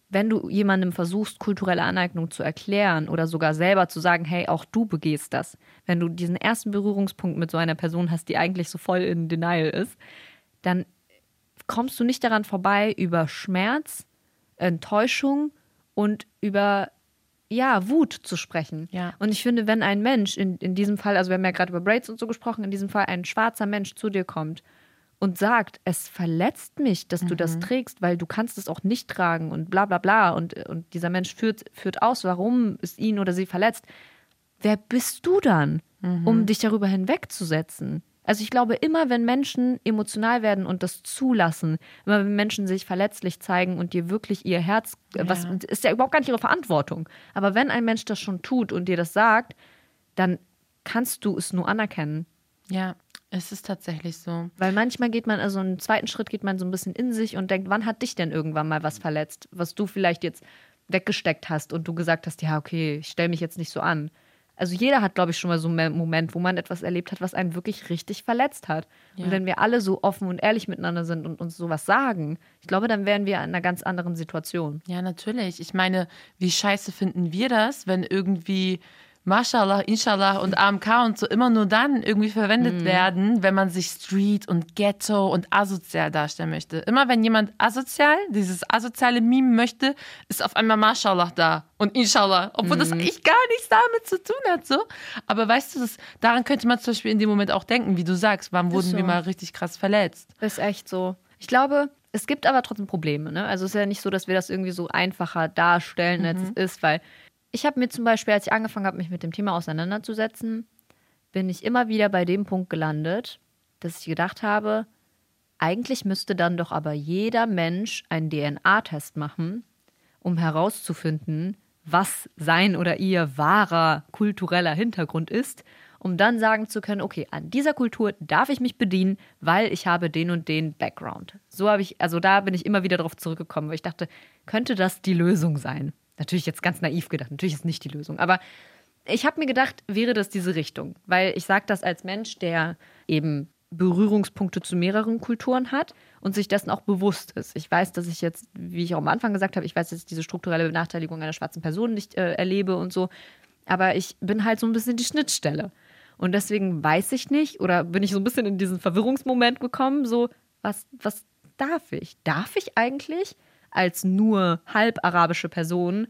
wenn du jemandem versuchst, kulturelle Aneignung zu erklären oder sogar selber zu sagen, hey, auch du begehst das, wenn du diesen ersten Berührungspunkt mit so einer Person hast, die eigentlich so voll in Denial ist, dann kommst du nicht daran vorbei, über Schmerz, Enttäuschung und über ja, Wut zu sprechen. Ja. Und ich finde, wenn ein Mensch, in, in diesem Fall, also wir haben ja gerade über Braids und so gesprochen, in diesem Fall ein schwarzer Mensch zu dir kommt und sagt, es verletzt mich, dass du Mhm. das trägst, weil du kannst es auch nicht tragen und bla bla bla und, und dieser Mensch führt, führt aus, warum es ihn oder sie verletzt. Wer bist du dann, Mhm. um dich darüber hinwegzusetzen? Also ich glaube, immer wenn Menschen emotional werden und das zulassen, immer wenn Menschen sich verletzlich zeigen und dir wirklich ihr Herz, Ja. was ist ja überhaupt gar nicht ihre Verantwortung, aber wenn ein Mensch das schon tut und dir das sagt, dann kannst du es nur anerkennen. Ja, es ist tatsächlich so. Weil manchmal geht man, also im zweiten Schritt geht man so ein bisschen in sich und denkt, wann hat dich denn irgendwann mal was verletzt, was du vielleicht jetzt weggesteckt hast und du gesagt hast, ja, okay, ich stelle mich jetzt nicht so an. Also jeder hat, glaube ich, schon mal so einen Moment, wo man etwas erlebt hat, was einen wirklich richtig verletzt hat. Ja. Und wenn wir alle so offen und ehrlich miteinander sind und uns sowas sagen, ich glaube, dann wären wir in einer ganz anderen Situation. Ja, natürlich. Ich meine, wie scheiße finden wir das, wenn irgendwie Mashallah, Inshallah und A M K und so immer nur dann irgendwie verwendet werden, wenn man sich Street und Ghetto und asozial darstellen möchte. Immer wenn jemand asozial, dieses asoziale Meme möchte, ist auf einmal Mashallah da und Inshallah, obwohl das eigentlich gar nichts damit zu tun hat. So. Aber weißt du, das, daran könnte man zum Beispiel in dem Moment auch denken, wie du sagst, wann wurden so. wir mal richtig krass verletzt. Ist echt so. Ich glaube, es gibt aber trotzdem Probleme. Ne? Also es ist ja nicht so, dass wir das irgendwie so einfacher darstellen, als es ist, weil ich habe mir zum Beispiel, als ich angefangen habe, mich mit dem Thema auseinanderzusetzen, bin ich immer wieder bei dem Punkt gelandet, dass ich gedacht habe, eigentlich müsste dann doch aber jeder Mensch einen D N A-Test machen, um herauszufinden, was sein oder ihr wahrer kultureller Hintergrund ist, um dann sagen zu können, okay, an dieser Kultur darf ich mich bedienen, weil ich habe den und den Background. So habe ich, also da bin ich immer wieder drauf zurückgekommen, weil ich dachte, könnte das die Lösung sein? Natürlich jetzt ganz naiv gedacht, natürlich ist nicht die Lösung, aber ich habe mir gedacht, wäre das diese Richtung, weil ich sage das als Mensch, der eben Berührungspunkte zu mehreren Kulturen hat und sich dessen auch bewusst ist. Ich weiß, dass ich jetzt, wie ich auch am Anfang gesagt habe, ich weiß, dass ich diese strukturelle Benachteiligung einer schwarzen Person nicht äh, erlebe und so, aber ich bin halt so ein bisschen die Schnittstelle und deswegen weiß ich nicht oder bin ich so ein bisschen in diesen Verwirrungsmoment gekommen, so, was, was darf ich? Darf ich eigentlich als nur halb arabische Person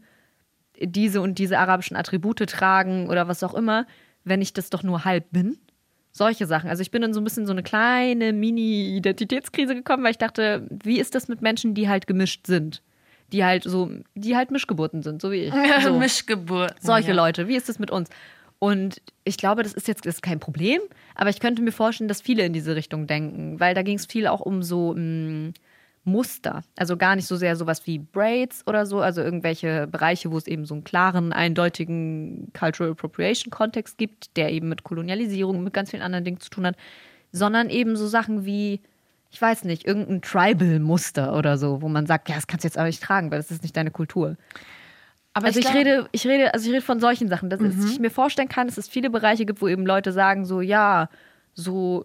diese und diese arabischen Attribute tragen oder was auch immer, wenn ich das doch nur halb bin? Solche Sachen. Also ich bin in so ein bisschen so eine kleine Mini-Identitätskrise gekommen, weil ich dachte, wie ist das mit Menschen, die halt gemischt sind? Die halt so, die halt Mischgeburten sind, so wie ich. So. Mischgeburt. Solche ja. Leute, wie ist das mit uns? Und ich glaube, das ist jetzt das ist kein Problem, aber ich könnte mir vorstellen, dass viele in diese Richtung denken, weil da ging es viel auch um so mh, Muster. Also gar nicht so sehr sowas wie Braids oder so, also irgendwelche Bereiche, wo es eben so einen klaren, eindeutigen Cultural Appropriation-Kontext gibt, der eben mit Kolonialisierung, mit ganz vielen anderen Dingen zu tun hat, sondern eben so Sachen wie, ich weiß nicht, irgendein Tribal-Muster oder so, wo man sagt, ja, das kannst du jetzt aber nicht tragen, weil das ist nicht deine Kultur. Aber Also ich, glaub- rede, ich rede, also ich rede von solchen Sachen, dass Mhm. ich mir vorstellen kann, dass es viele Bereiche gibt, wo eben Leute sagen so, ja, so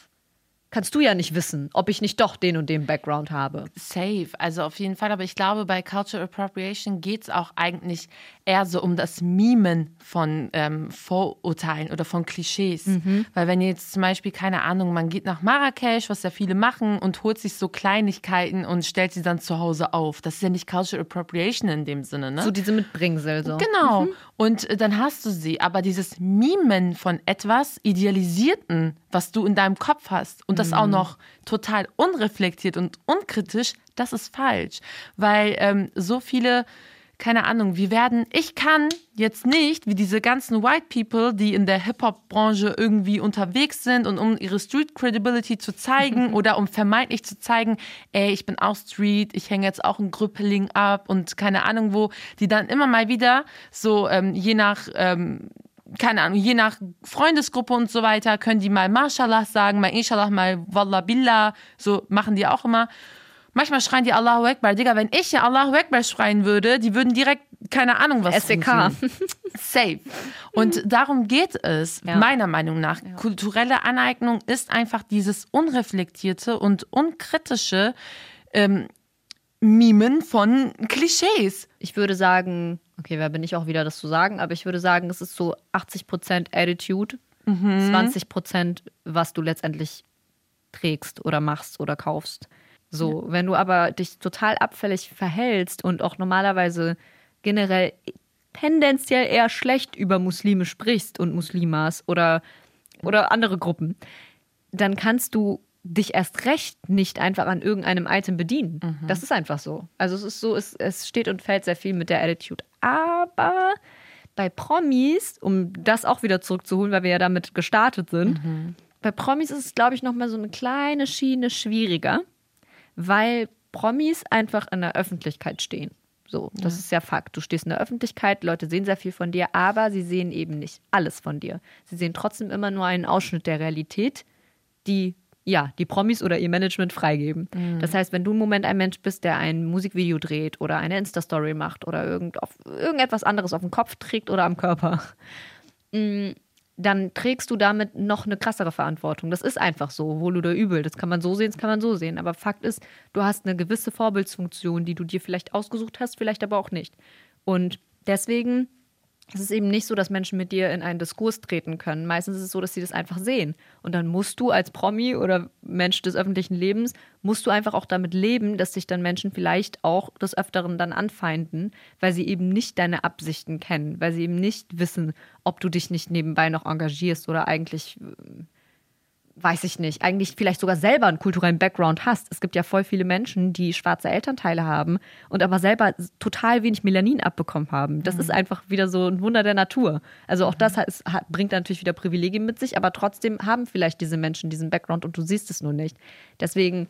kannst du ja nicht wissen, ob ich nicht doch den und den Background habe. Safe, also auf jeden Fall. Aber ich glaube, bei Cultural Appropriation geht es auch eigentlich eher so um das Mimen von ähm, Vorurteilen oder von Klischees. Weil wenn jetzt zum Beispiel, keine Ahnung, man geht nach Marrakesch, was ja viele machen, und holt sich so Kleinigkeiten und stellt sie dann zu Hause auf. Das ist ja nicht Cultural Appropriation in dem Sinne, ne? So diese Mitbringsel so. Genau. Und äh, dann hast du sie. Aber dieses Mimen von etwas Idealisierten, was du in deinem Kopf hast und das auch noch total unreflektiert und unkritisch, das ist falsch. Weil ähm, so viele, keine Ahnung, wir werden, ich kann jetzt nicht, wie diese ganzen White People, die in der Hip-Hop-Branche irgendwie unterwegs sind und um ihre Street-Credibility zu zeigen oder um vermeintlich zu zeigen, ey, ich bin auch Street, ich hänge jetzt auch in Grüppeling ab und keine Ahnung wo, die dann immer mal wieder so ähm, je nach ähm, keine Ahnung, je nach Freundesgruppe und so weiter, können die mal Mashallah sagen, mal Inshallah, mal Wallah Billah, so machen die auch immer. Manchmal schreien die Allahu Akbar. Digga, wenn ich ja Allahu Akbar schreien würde, die würden direkt, keine Ahnung, was S E K. rufen. Safe. Und darum geht es, Ja. meiner Meinung nach. Kulturelle Aneignung ist einfach dieses unreflektierte und unkritische, ähm, Mimen von Klischees. Ich würde sagen, okay, wer bin ich auch wieder, das zu sagen, aber ich würde sagen, es ist so achtzig Prozent Attitude, mhm. zwanzig Prozent, was du letztendlich trägst oder machst oder kaufst. So, ja. Wenn du aber dich total abfällig verhältst und auch normalerweise generell tendenziell eher schlecht über Muslime sprichst und Muslimas oder, oder andere Gruppen, dann kannst du dich erst recht nicht einfach an irgendeinem Item bedienen. Mhm. Das ist einfach so. Also es ist so, es, es steht und fällt sehr viel mit der Attitude. Aber bei Promis, um das auch wieder zurückzuholen, weil wir ja damit gestartet sind, mhm. bei Promis ist es, glaube ich, nochmal so eine kleine Schiene schwieriger, weil Promis einfach in der Öffentlichkeit stehen. So, das ja. ist ja Fakt. Du stehst in der Öffentlichkeit, Leute sehen sehr viel von dir, aber sie sehen eben nicht alles von dir. Sie sehen trotzdem immer nur einen Ausschnitt der Realität, die ja, die Promis oder ihr Management freigeben. Mhm. Das heißt, wenn du im Moment ein Mensch bist, der ein Musikvideo dreht oder eine Insta-Story macht oder irgend auf, irgendetwas anderes auf dem Kopf trägt oder am Körper, dann trägst du damit noch eine krassere Verantwortung. Das ist einfach so, wohl oder übel. Das kann man so sehen, das kann man so sehen. Aber Fakt ist, du hast eine gewisse Vorbildsfunktion, die du dir vielleicht ausgesucht hast, vielleicht aber auch nicht. Und deswegen es ist eben nicht so, dass Menschen mit dir in einen Diskurs treten können. Meistens ist es so, dass sie das einfach sehen. Und dann musst du als Promi oder Mensch des öffentlichen Lebens, musst du einfach auch damit leben, dass sich dann Menschen vielleicht auch des Öfteren dann anfeinden, weil sie eben nicht deine Absichten kennen, weil sie eben nicht wissen, ob du dich nicht nebenbei noch engagierst oder eigentlich, weiß ich nicht, eigentlich vielleicht sogar selber einen kulturellen Background hast. Es gibt ja voll viele Menschen, die schwarze Elternteile haben und aber selber total wenig Melanin abbekommen haben. Das mhm. ist einfach wieder so ein Wunder der Natur. Also auch mhm. das hat, hat, bringt natürlich wieder Privilegien mit sich, aber trotzdem haben vielleicht diese Menschen diesen Background und du siehst es nur nicht. Deswegen,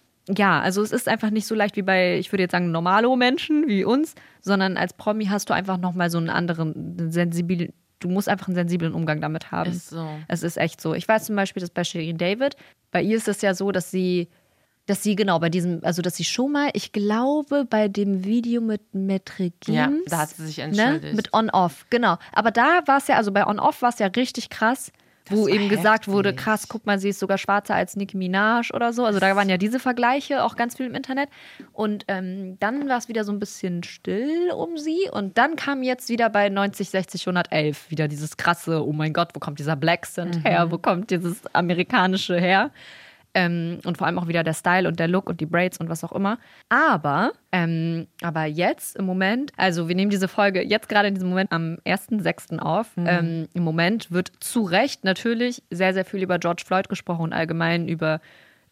ja, also es ist einfach nicht so leicht wie bei, ich würde jetzt sagen, normalo-Menschen wie uns, sondern als Promi hast du einfach nochmal so einen anderen sensiblen Du musst einfach einen sensiblen Umgang damit haben. Ist so. Es ist echt so. Ich weiß zum Beispiel, dass bei Shirin David, bei ihr ist es ja so, dass sie, dass sie genau bei diesem, also dass sie schon mal, ich glaube, bei dem Video mit Maître Gims, ja, da hat sie sich entschuldigt. Ne, mit On-Off, genau. Aber da war es ja, also bei On-Off war es ja richtig krass, das wo eben heftig. gesagt wurde, krass, guck mal, sie ist sogar schwarzer als Nicki Minaj oder so. Also da waren ja diese Vergleiche auch ganz viel im Internet. Und ähm, dann war es wieder so ein bisschen still um sie. Und dann kam jetzt wieder bei neunzig, sechzig, hundertelf wieder dieses krasse, oh mein Gott, wo kommt dieser Black Scent mhm. her? Wo kommt dieses amerikanische her? Ähm, und vor allem auch wieder der Style und der Look und die Braids und was auch immer. Aber, ähm, aber jetzt im Moment, also wir nehmen diese Folge jetzt gerade in diesem Moment am ersten sechsten auf. Mhm. Ähm, Im Moment wird zu Recht natürlich sehr, sehr viel über George Floyd gesprochen und allgemein über,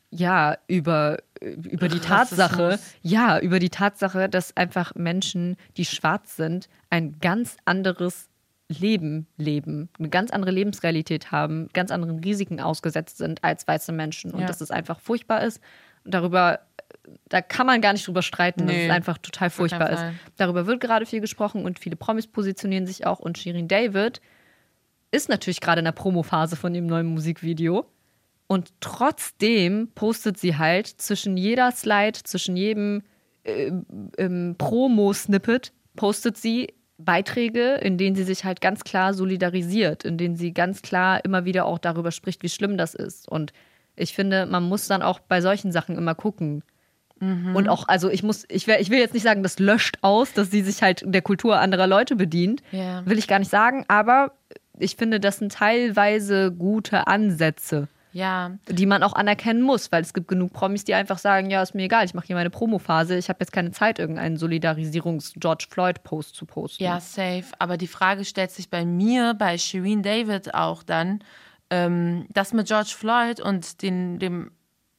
ja, über, über die Tatsache, ja, über die Tatsache, dass einfach Menschen, die schwarz sind, ein ganz anderes Leben leben, eine ganz andere Lebensrealität haben, ganz anderen Risiken ausgesetzt sind als weiße Menschen und ja. dass es einfach furchtbar ist. Und darüber, da kann man gar nicht drüber streiten, nee, dass es einfach total furchtbar ist. Darüber wird gerade viel gesprochen und viele Promis positionieren sich auch und Shirin David ist natürlich gerade in der Promophase von ihrem neuen Musikvideo und trotzdem postet sie halt zwischen jeder Slide, zwischen jedem äh, ähm, Promo-Snippet postet sie Beiträge, in denen sie sich halt ganz klar solidarisiert, in denen sie ganz klar immer wieder auch darüber spricht, wie schlimm das ist. Und ich finde, man muss dann auch bei solchen Sachen immer gucken. Mhm. Und auch, also ich muss, ich will, ich will jetzt nicht sagen, das löscht aus, dass sie sich halt der Kultur anderer Leute bedient. Ja. Will ich gar nicht sagen, aber ich finde, das sind teilweise gute Ansätze. Ja. Die man auch anerkennen muss, weil es gibt genug Promis, die einfach sagen, ja, ist mir egal, ich mache hier meine Promophase, ich habe jetzt keine Zeit, irgendeinen Solidarisierungs-George-Floyd-Post zu posten. Ja, safe. Aber die Frage stellt sich bei mir, bei Shirin David auch dann, ähm, das mit George Floyd und den, dem,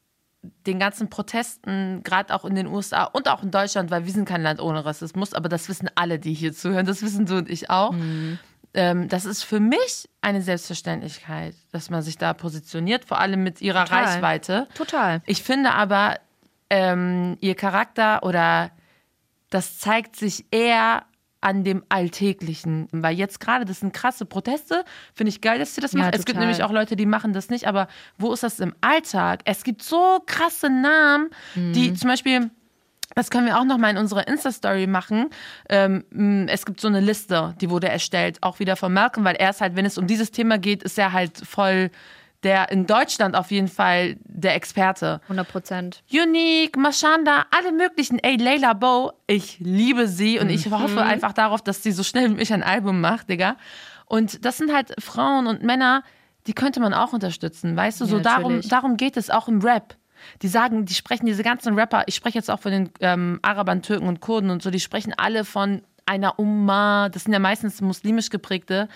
den ganzen Protesten, gerade auch in den U S A und auch in Deutschland, weil wir sind kein Land ohne Rassismus, aber das wissen alle, die hier zuhören, das wissen du und ich auch. Mhm. Das ist für mich eine Selbstverständlichkeit, dass man sich da positioniert, vor allem mit ihrer Total. Reichweite. Total. Ich finde aber, ähm, ihr Charakter oder das zeigt sich eher an dem Alltäglichen. Weil jetzt gerade, das sind krasse Proteste, finde ich geil, dass sie das ja, macht. total. Es gibt nämlich auch Leute, die machen das nicht, aber wo ist das im Alltag? Es gibt so krasse Namen, mhm. die zum Beispiel... Das können wir auch noch mal in unserer Insta-Story machen. Ähm, es gibt so eine Liste, die wurde erstellt, auch wieder von Malcolm, weil er ist halt, wenn es um dieses Thema geht, ist er halt voll der in Deutschland auf jeden Fall der Experte. hundert Prozent. Unique, Mashanda, alle möglichen. Ey, Layla Bow, ich liebe sie und mhm. ich hoffe einfach darauf, dass sie so schnell wie mich ein Album macht, Digga. Und das sind halt Frauen und Männer, die könnte man auch unterstützen, weißt du? So ja, darum, darum geht es auch im Rap. Die sagen, die sprechen diese ganzen Rapper, ich spreche jetzt auch von den ähm, Arabern, Türken und Kurden und so, die sprechen alle von einer Umma, das sind ja meistens muslimisch geprägte.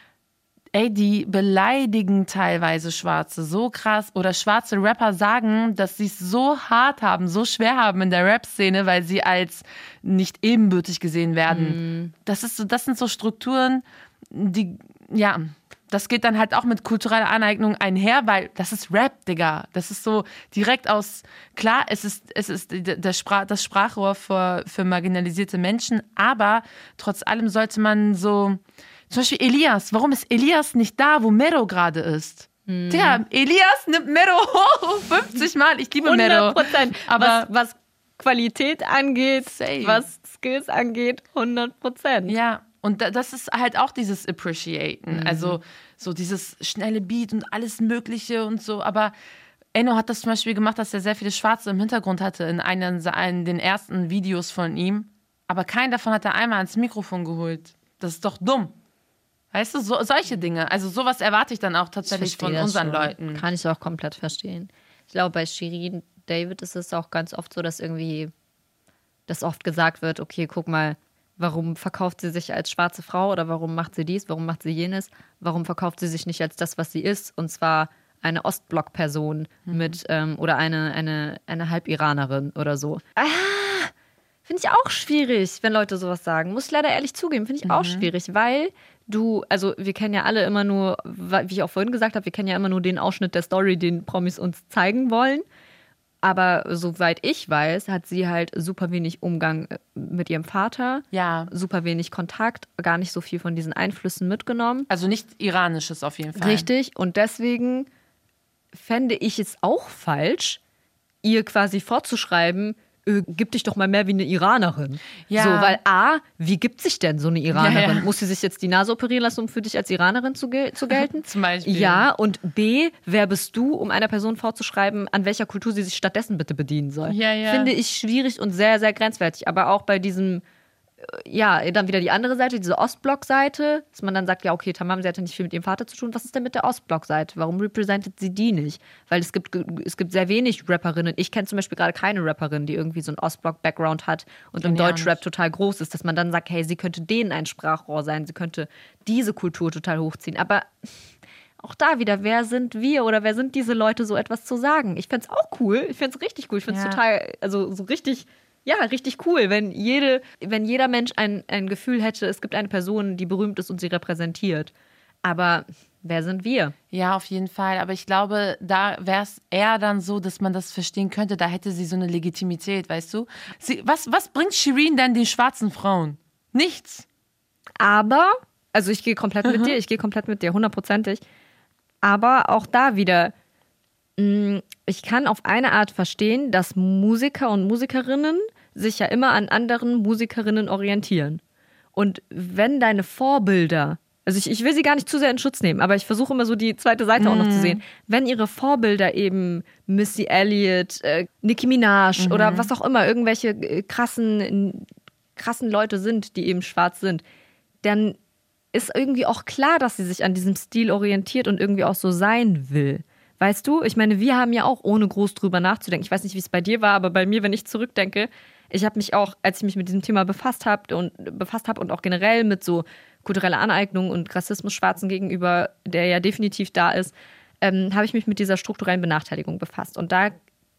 Ey, die beleidigen teilweise Schwarze so krass. Oder schwarze Rapper sagen, dass sie es so hart haben, so schwer haben in der Rap-Szene, weil sie als nicht ebenbürtig gesehen werden. Mm. Das ist so, das sind so Strukturen, die, ja, das geht dann halt auch mit kultureller Aneignung einher, weil das ist Rap, Digga. Das ist so direkt aus, klar, es ist, es ist der Sprach, das Sprachrohr für, für marginalisierte Menschen, aber trotz allem sollte man so, zum Beispiel Elias, warum ist Elias nicht da, wo Mero gerade ist? Hm. Digga, Elias nimmt Mero hoch, fünfzig Mal, ich liebe Mero. hundert Prozent. Aber was, was Qualität angeht, safe. Was Skills angeht, hundert Prozent. Ja. Und das ist halt auch dieses Appreciaten, mhm. also so dieses schnelle Beat und alles Mögliche und so. Aber Enno hat das zum Beispiel gemacht, dass er sehr viele Schwarze im Hintergrund hatte in einen, in den ersten Videos von ihm. Aber keinen davon hat er einmal ans Mikrofon geholt. Das ist doch dumm. Weißt du, so, solche Dinge. Also sowas erwarte ich dann auch tatsächlich von unseren schon. Leuten. Kann ich auch komplett verstehen. Ich glaube, bei Shirin David ist es auch ganz oft so, dass irgendwie das oft gesagt wird, okay, guck mal, warum verkauft sie sich als schwarze Frau oder warum macht sie dies, warum macht sie jenes, warum verkauft sie sich nicht als das, was sie ist, und zwar eine Ostblock-Person mhm. mit ähm, oder eine, eine, eine Halb-Iranerin oder so. Ah, finde ich auch schwierig, wenn Leute sowas sagen. Muss ich leider ehrlich zugeben, finde ich mhm. auch schwierig, weil du, also wir kennen ja alle immer nur, wie ich auch vorhin gesagt habe, wir kennen ja immer nur den Ausschnitt der Story, den Promis uns zeigen wollen. Aber soweit ich weiß, hat sie halt super wenig Umgang mit ihrem Vater. Ja. Super wenig Kontakt, gar nicht so viel von diesen Einflüssen mitgenommen. Also nicht Iranisches auf jeden Fall. Richtig. Und deswegen fände ich es auch falsch, ihr quasi vorzuschreiben, äh, gib dich doch mal mehr wie eine Iranerin. Ja. So, weil A, wie gibt sich denn so eine Iranerin? Ja, ja. Muss sie sich jetzt die Nase operieren lassen, um für dich als Iranerin zu, gel- zu gelten? Zum Beispiel. Ja, und B, wer bist du, um einer Person vorzuschreiben, an welcher Kultur sie sich stattdessen bitte bedienen soll? Ja, ja. Finde ich schwierig und sehr, sehr grenzwertig. Aber auch bei diesem, ja, dann wieder die andere Seite, diese Ostblock-Seite, dass man dann sagt, ja, okay, Tamam, sie hatte nicht viel mit ihrem Vater zu tun. Was ist denn mit der Ostblock-Seite? Warum representet sie die nicht? Weil es gibt, es gibt sehr wenig Rapperinnen. Ich kenne zum Beispiel gerade keine Rapperin, die irgendwie so einen Ostblock-Background hat und im Deutschrap total groß ist, dass man dann sagt, hey, sie könnte denen ein Sprachrohr sein, sie könnte diese Kultur total hochziehen. Aber auch da wieder, wer sind wir oder wer sind diese Leute, so etwas zu sagen? Ich fände es auch cool. Ich fände es richtig cool. Ich finde es ja. total, also so richtig... Ja, richtig cool, wenn, jede, wenn jeder Mensch ein, ein Gefühl hätte, es gibt eine Person, die berühmt ist und sie repräsentiert. Aber wer sind wir? Ja, auf jeden Fall. Aber ich glaube, da wäre es eher dann so, dass man das verstehen könnte. Da hätte sie so eine Legitimität, weißt du? Sie, was, was bringt Shirin denn den schwarzen Frauen? Nichts. Aber, also ich gehe komplett mit dir, ich gehe komplett mit dir, hundertprozentig. Aber auch da wieder, mh, ich kann auf eine Art verstehen, dass Musiker und Musikerinnen sich ja immer an anderen Musikerinnen orientieren. Und wenn deine Vorbilder, also ich, ich will sie gar nicht zu sehr in Schutz nehmen, aber ich versuche immer so die zweite Seite mm. auch noch zu sehen. Wenn ihre Vorbilder eben Missy Elliott, äh, Nicki Minaj mhm. oder was auch immer, irgendwelche äh, krassen, krassen Leute sind, die eben schwarz sind, dann ist irgendwie auch klar, dass sie sich an diesem Stil orientiert und irgendwie auch so sein will. Weißt du, ich meine, wir haben ja auch, ohne groß drüber nachzudenken, ich weiß nicht, wie es bei dir war, aber bei mir, wenn ich zurückdenke, ich habe mich auch, als ich mich mit diesem Thema befasst habe und befasst habe und auch generell mit so kultureller Aneignung und Rassismus Schwarzen gegenüber, der ja definitiv da ist, ähm, habe ich mich mit dieser strukturellen Benachteiligung befasst. Und da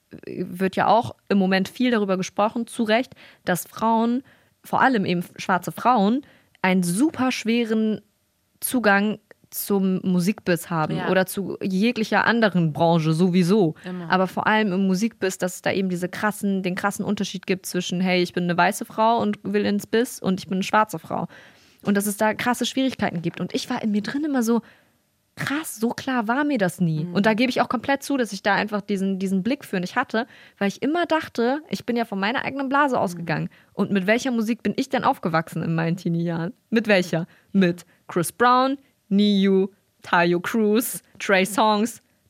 wird ja auch im Moment viel darüber gesprochen, zu Recht, dass Frauen, vor allem eben schwarze Frauen, einen super schweren Zugang zum Musikbiss haben ja. oder zu jeglicher anderen Branche sowieso. Immer. Aber vor allem im Musikbiss, dass es da eben diese krassen, den krassen Unterschied gibt zwischen, hey, ich bin eine weiße Frau und will ins Biss und ich bin eine schwarze Frau. Und dass es da krasse Schwierigkeiten gibt. Und ich war in mir drin immer so, krass, so klar war mir das nie. Mhm. Und da gebe ich auch komplett zu, dass ich da einfach diesen, diesen Blick für nicht hatte, weil ich immer dachte, ich bin ja von meiner eigenen Blase ausgegangen. Und mit welcher Musik bin ich denn aufgewachsen in meinen Teenie-Jahren? Mit welcher? Mit Chris Brown, Niu, Tayo Cruz, Trey Songz,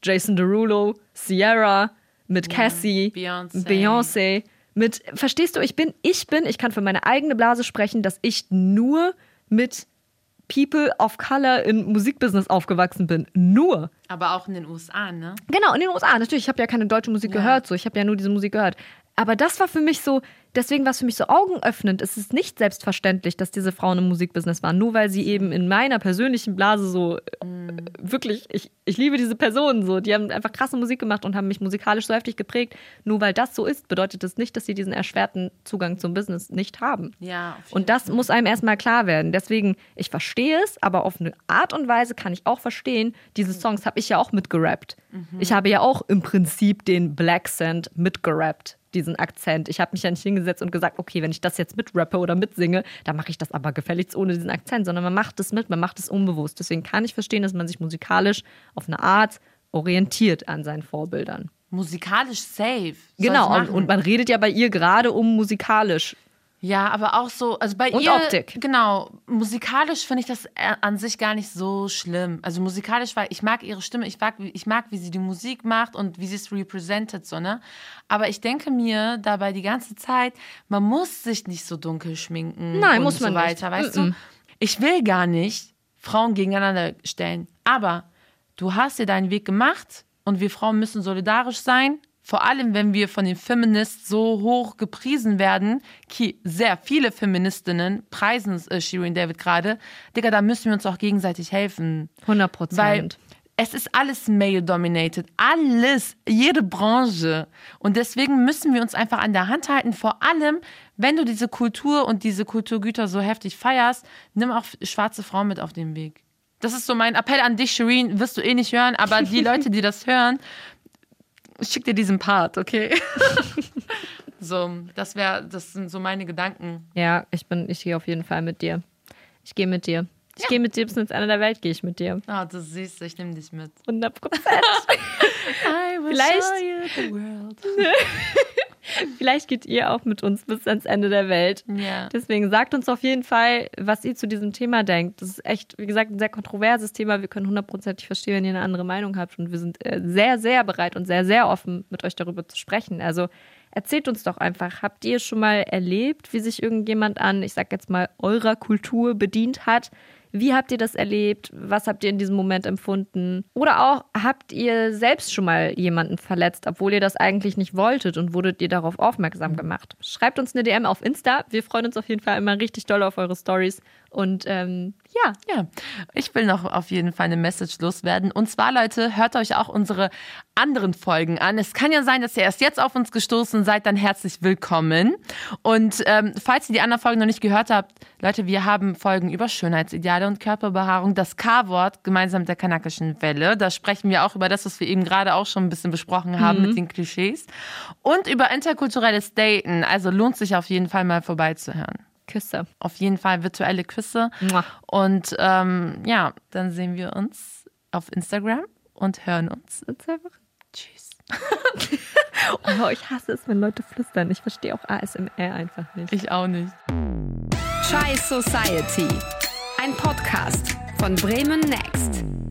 Jason Derulo, Ciara, mit Cassie, Beyoncé. Beyoncé, mit, verstehst du, ich bin, ich bin, ich kann für meine eigene Blase sprechen, dass ich nur mit People of Color im Musikbusiness aufgewachsen bin. Nur. Aber auch in den U S A, ne? Genau, in den U S A. Natürlich, ich habe ja keine deutsche Musik Ja. gehört, so. Ich habe ja nur diese Musik gehört. Aber das war für mich so, deswegen war es für mich so augenöffnend. Es ist nicht selbstverständlich, dass diese Frauen im Musikbusiness waren, nur weil sie eben in meiner persönlichen Blase so Mhm. äh, wirklich, ich, ich liebe diese Personen so. Die haben einfach krasse Musik gemacht und haben mich musikalisch so heftig geprägt. Nur weil das so ist, bedeutet das nicht, dass sie diesen erschwerten Zugang zum Business nicht haben. Ja, auf jeden Und das muss einem erstmal klar werden. Deswegen, ich verstehe es, aber auf eine Art und Weise kann ich auch verstehen, diese Songs habe ich ja auch mitgerappt. Mhm. Ich habe ja auch im Prinzip den Black Sand mitgerappt, diesen Akzent. Ich habe mich ja nicht hingesetzt und gesagt, okay, wenn ich das jetzt mitrappe oder mitsinge, dann mache ich das aber gefälligst ohne diesen Akzent, sondern man macht es mit, man macht es unbewusst. Deswegen kann ich verstehen, dass man sich musikalisch auf eine Art orientiert an seinen Vorbildern. Musikalisch safe. Soll Genau, ich und, machen. und man redet ja bei ihr gerade um musikalisch. Ja, aber auch so, also bei Und ihr. Optik. Genau, musikalisch finde ich das äh, an sich gar nicht so schlimm. Also musikalisch, weil ich mag ihre Stimme, ich mag, ich mag, wie sie die Musik macht und wie sie es represented, so, ne? Aber ich denke mir dabei die ganze Zeit, man muss sich nicht so dunkel schminken. Nein, und muss man so weiter, nicht. weißt Mm-mm. du? Ich will gar nicht Frauen gegeneinander stellen. Aber du hast dir deinen Weg gemacht und wir Frauen müssen solidarisch sein. Vor allem, wenn wir von den Feminists so hoch gepriesen werden, ki- sehr viele Feministinnen preisen äh, Shirin David gerade. Digga, da müssen wir uns auch gegenseitig helfen. hundert Weil Prozent. es ist alles male-dominated. Alles, jede Branche. Und deswegen müssen wir uns einfach an der Hand halten. Vor allem, wenn du diese Kultur und diese Kulturgüter so heftig feierst, nimm auch schwarze Frauen mit auf den Weg. Das ist so mein Appell an dich, Shirin. Wirst du eh nicht hören, aber die Leute, die das hören, schick dir diesen Part, okay? So, das wäre, das sind so meine Gedanken. Ja, ich bin, ich gehe auf jeden Fall mit dir. Ich gehe mit dir. Ich Ja. gehe mit dir bis ins Ende der Welt, gehe ich mit dir. Ah, du siehst, ich nehme dich mit. hundert Prozent. I will Vielleicht- show you the world. Vielleicht geht ihr auch mit uns bis ans Ende der Welt. Ja. Deswegen sagt uns auf jeden Fall, was ihr zu diesem Thema denkt. Das ist echt, wie gesagt, ein sehr kontroverses Thema. Wir können hundertprozentig verstehen, wenn ihr eine andere Meinung habt. Und wir sind äh, sehr, sehr bereit und sehr, sehr offen, mit euch darüber zu sprechen. Also erzählt uns doch einfach, habt ihr schon mal erlebt, wie sich irgendjemand an, ich sag jetzt mal, eurer Kultur bedient hat? Wie habt ihr das erlebt? Was habt ihr in diesem Moment empfunden? Oder auch, habt ihr selbst schon mal jemanden verletzt, obwohl ihr das eigentlich nicht wolltet und wurdet ihr darauf aufmerksam gemacht? Schreibt uns eine D M auf Insta. Wir freuen uns auf jeden Fall immer richtig doll auf eure Stories. Und ähm, ja, Ja, ich will noch auf jeden Fall eine Message loswerden. Und zwar, Leute, hört euch auch unsere anderen Folgen an. Es kann ja sein, dass ihr erst jetzt auf uns gestoßen seid, dann herzlich willkommen. Und ähm, falls ihr die anderen Folgen noch nicht gehört habt, Leute, wir haben Folgen über Schönheitsideale und Körperbehaarung, das K-Wort gemeinsam mit der kanakischen Welle. Da sprechen wir auch über das, was wir eben gerade auch schon ein bisschen besprochen haben mit den Klischees. Und über interkulturelles Daten. Also lohnt sich auf jeden Fall mal vorbeizuhören. Küsse. Auf jeden Fall virtuelle Küsse. Mua. Und ähm, ja, dann sehen wir uns auf Instagram und hören uns. In zwei Wochen. Tschüss. Oh, ich hasse es, wenn Leute flüstern. Ich verstehe auch A S M R einfach nicht. Ich auch nicht. Chai Society. Ein Podcast von Bremen Next.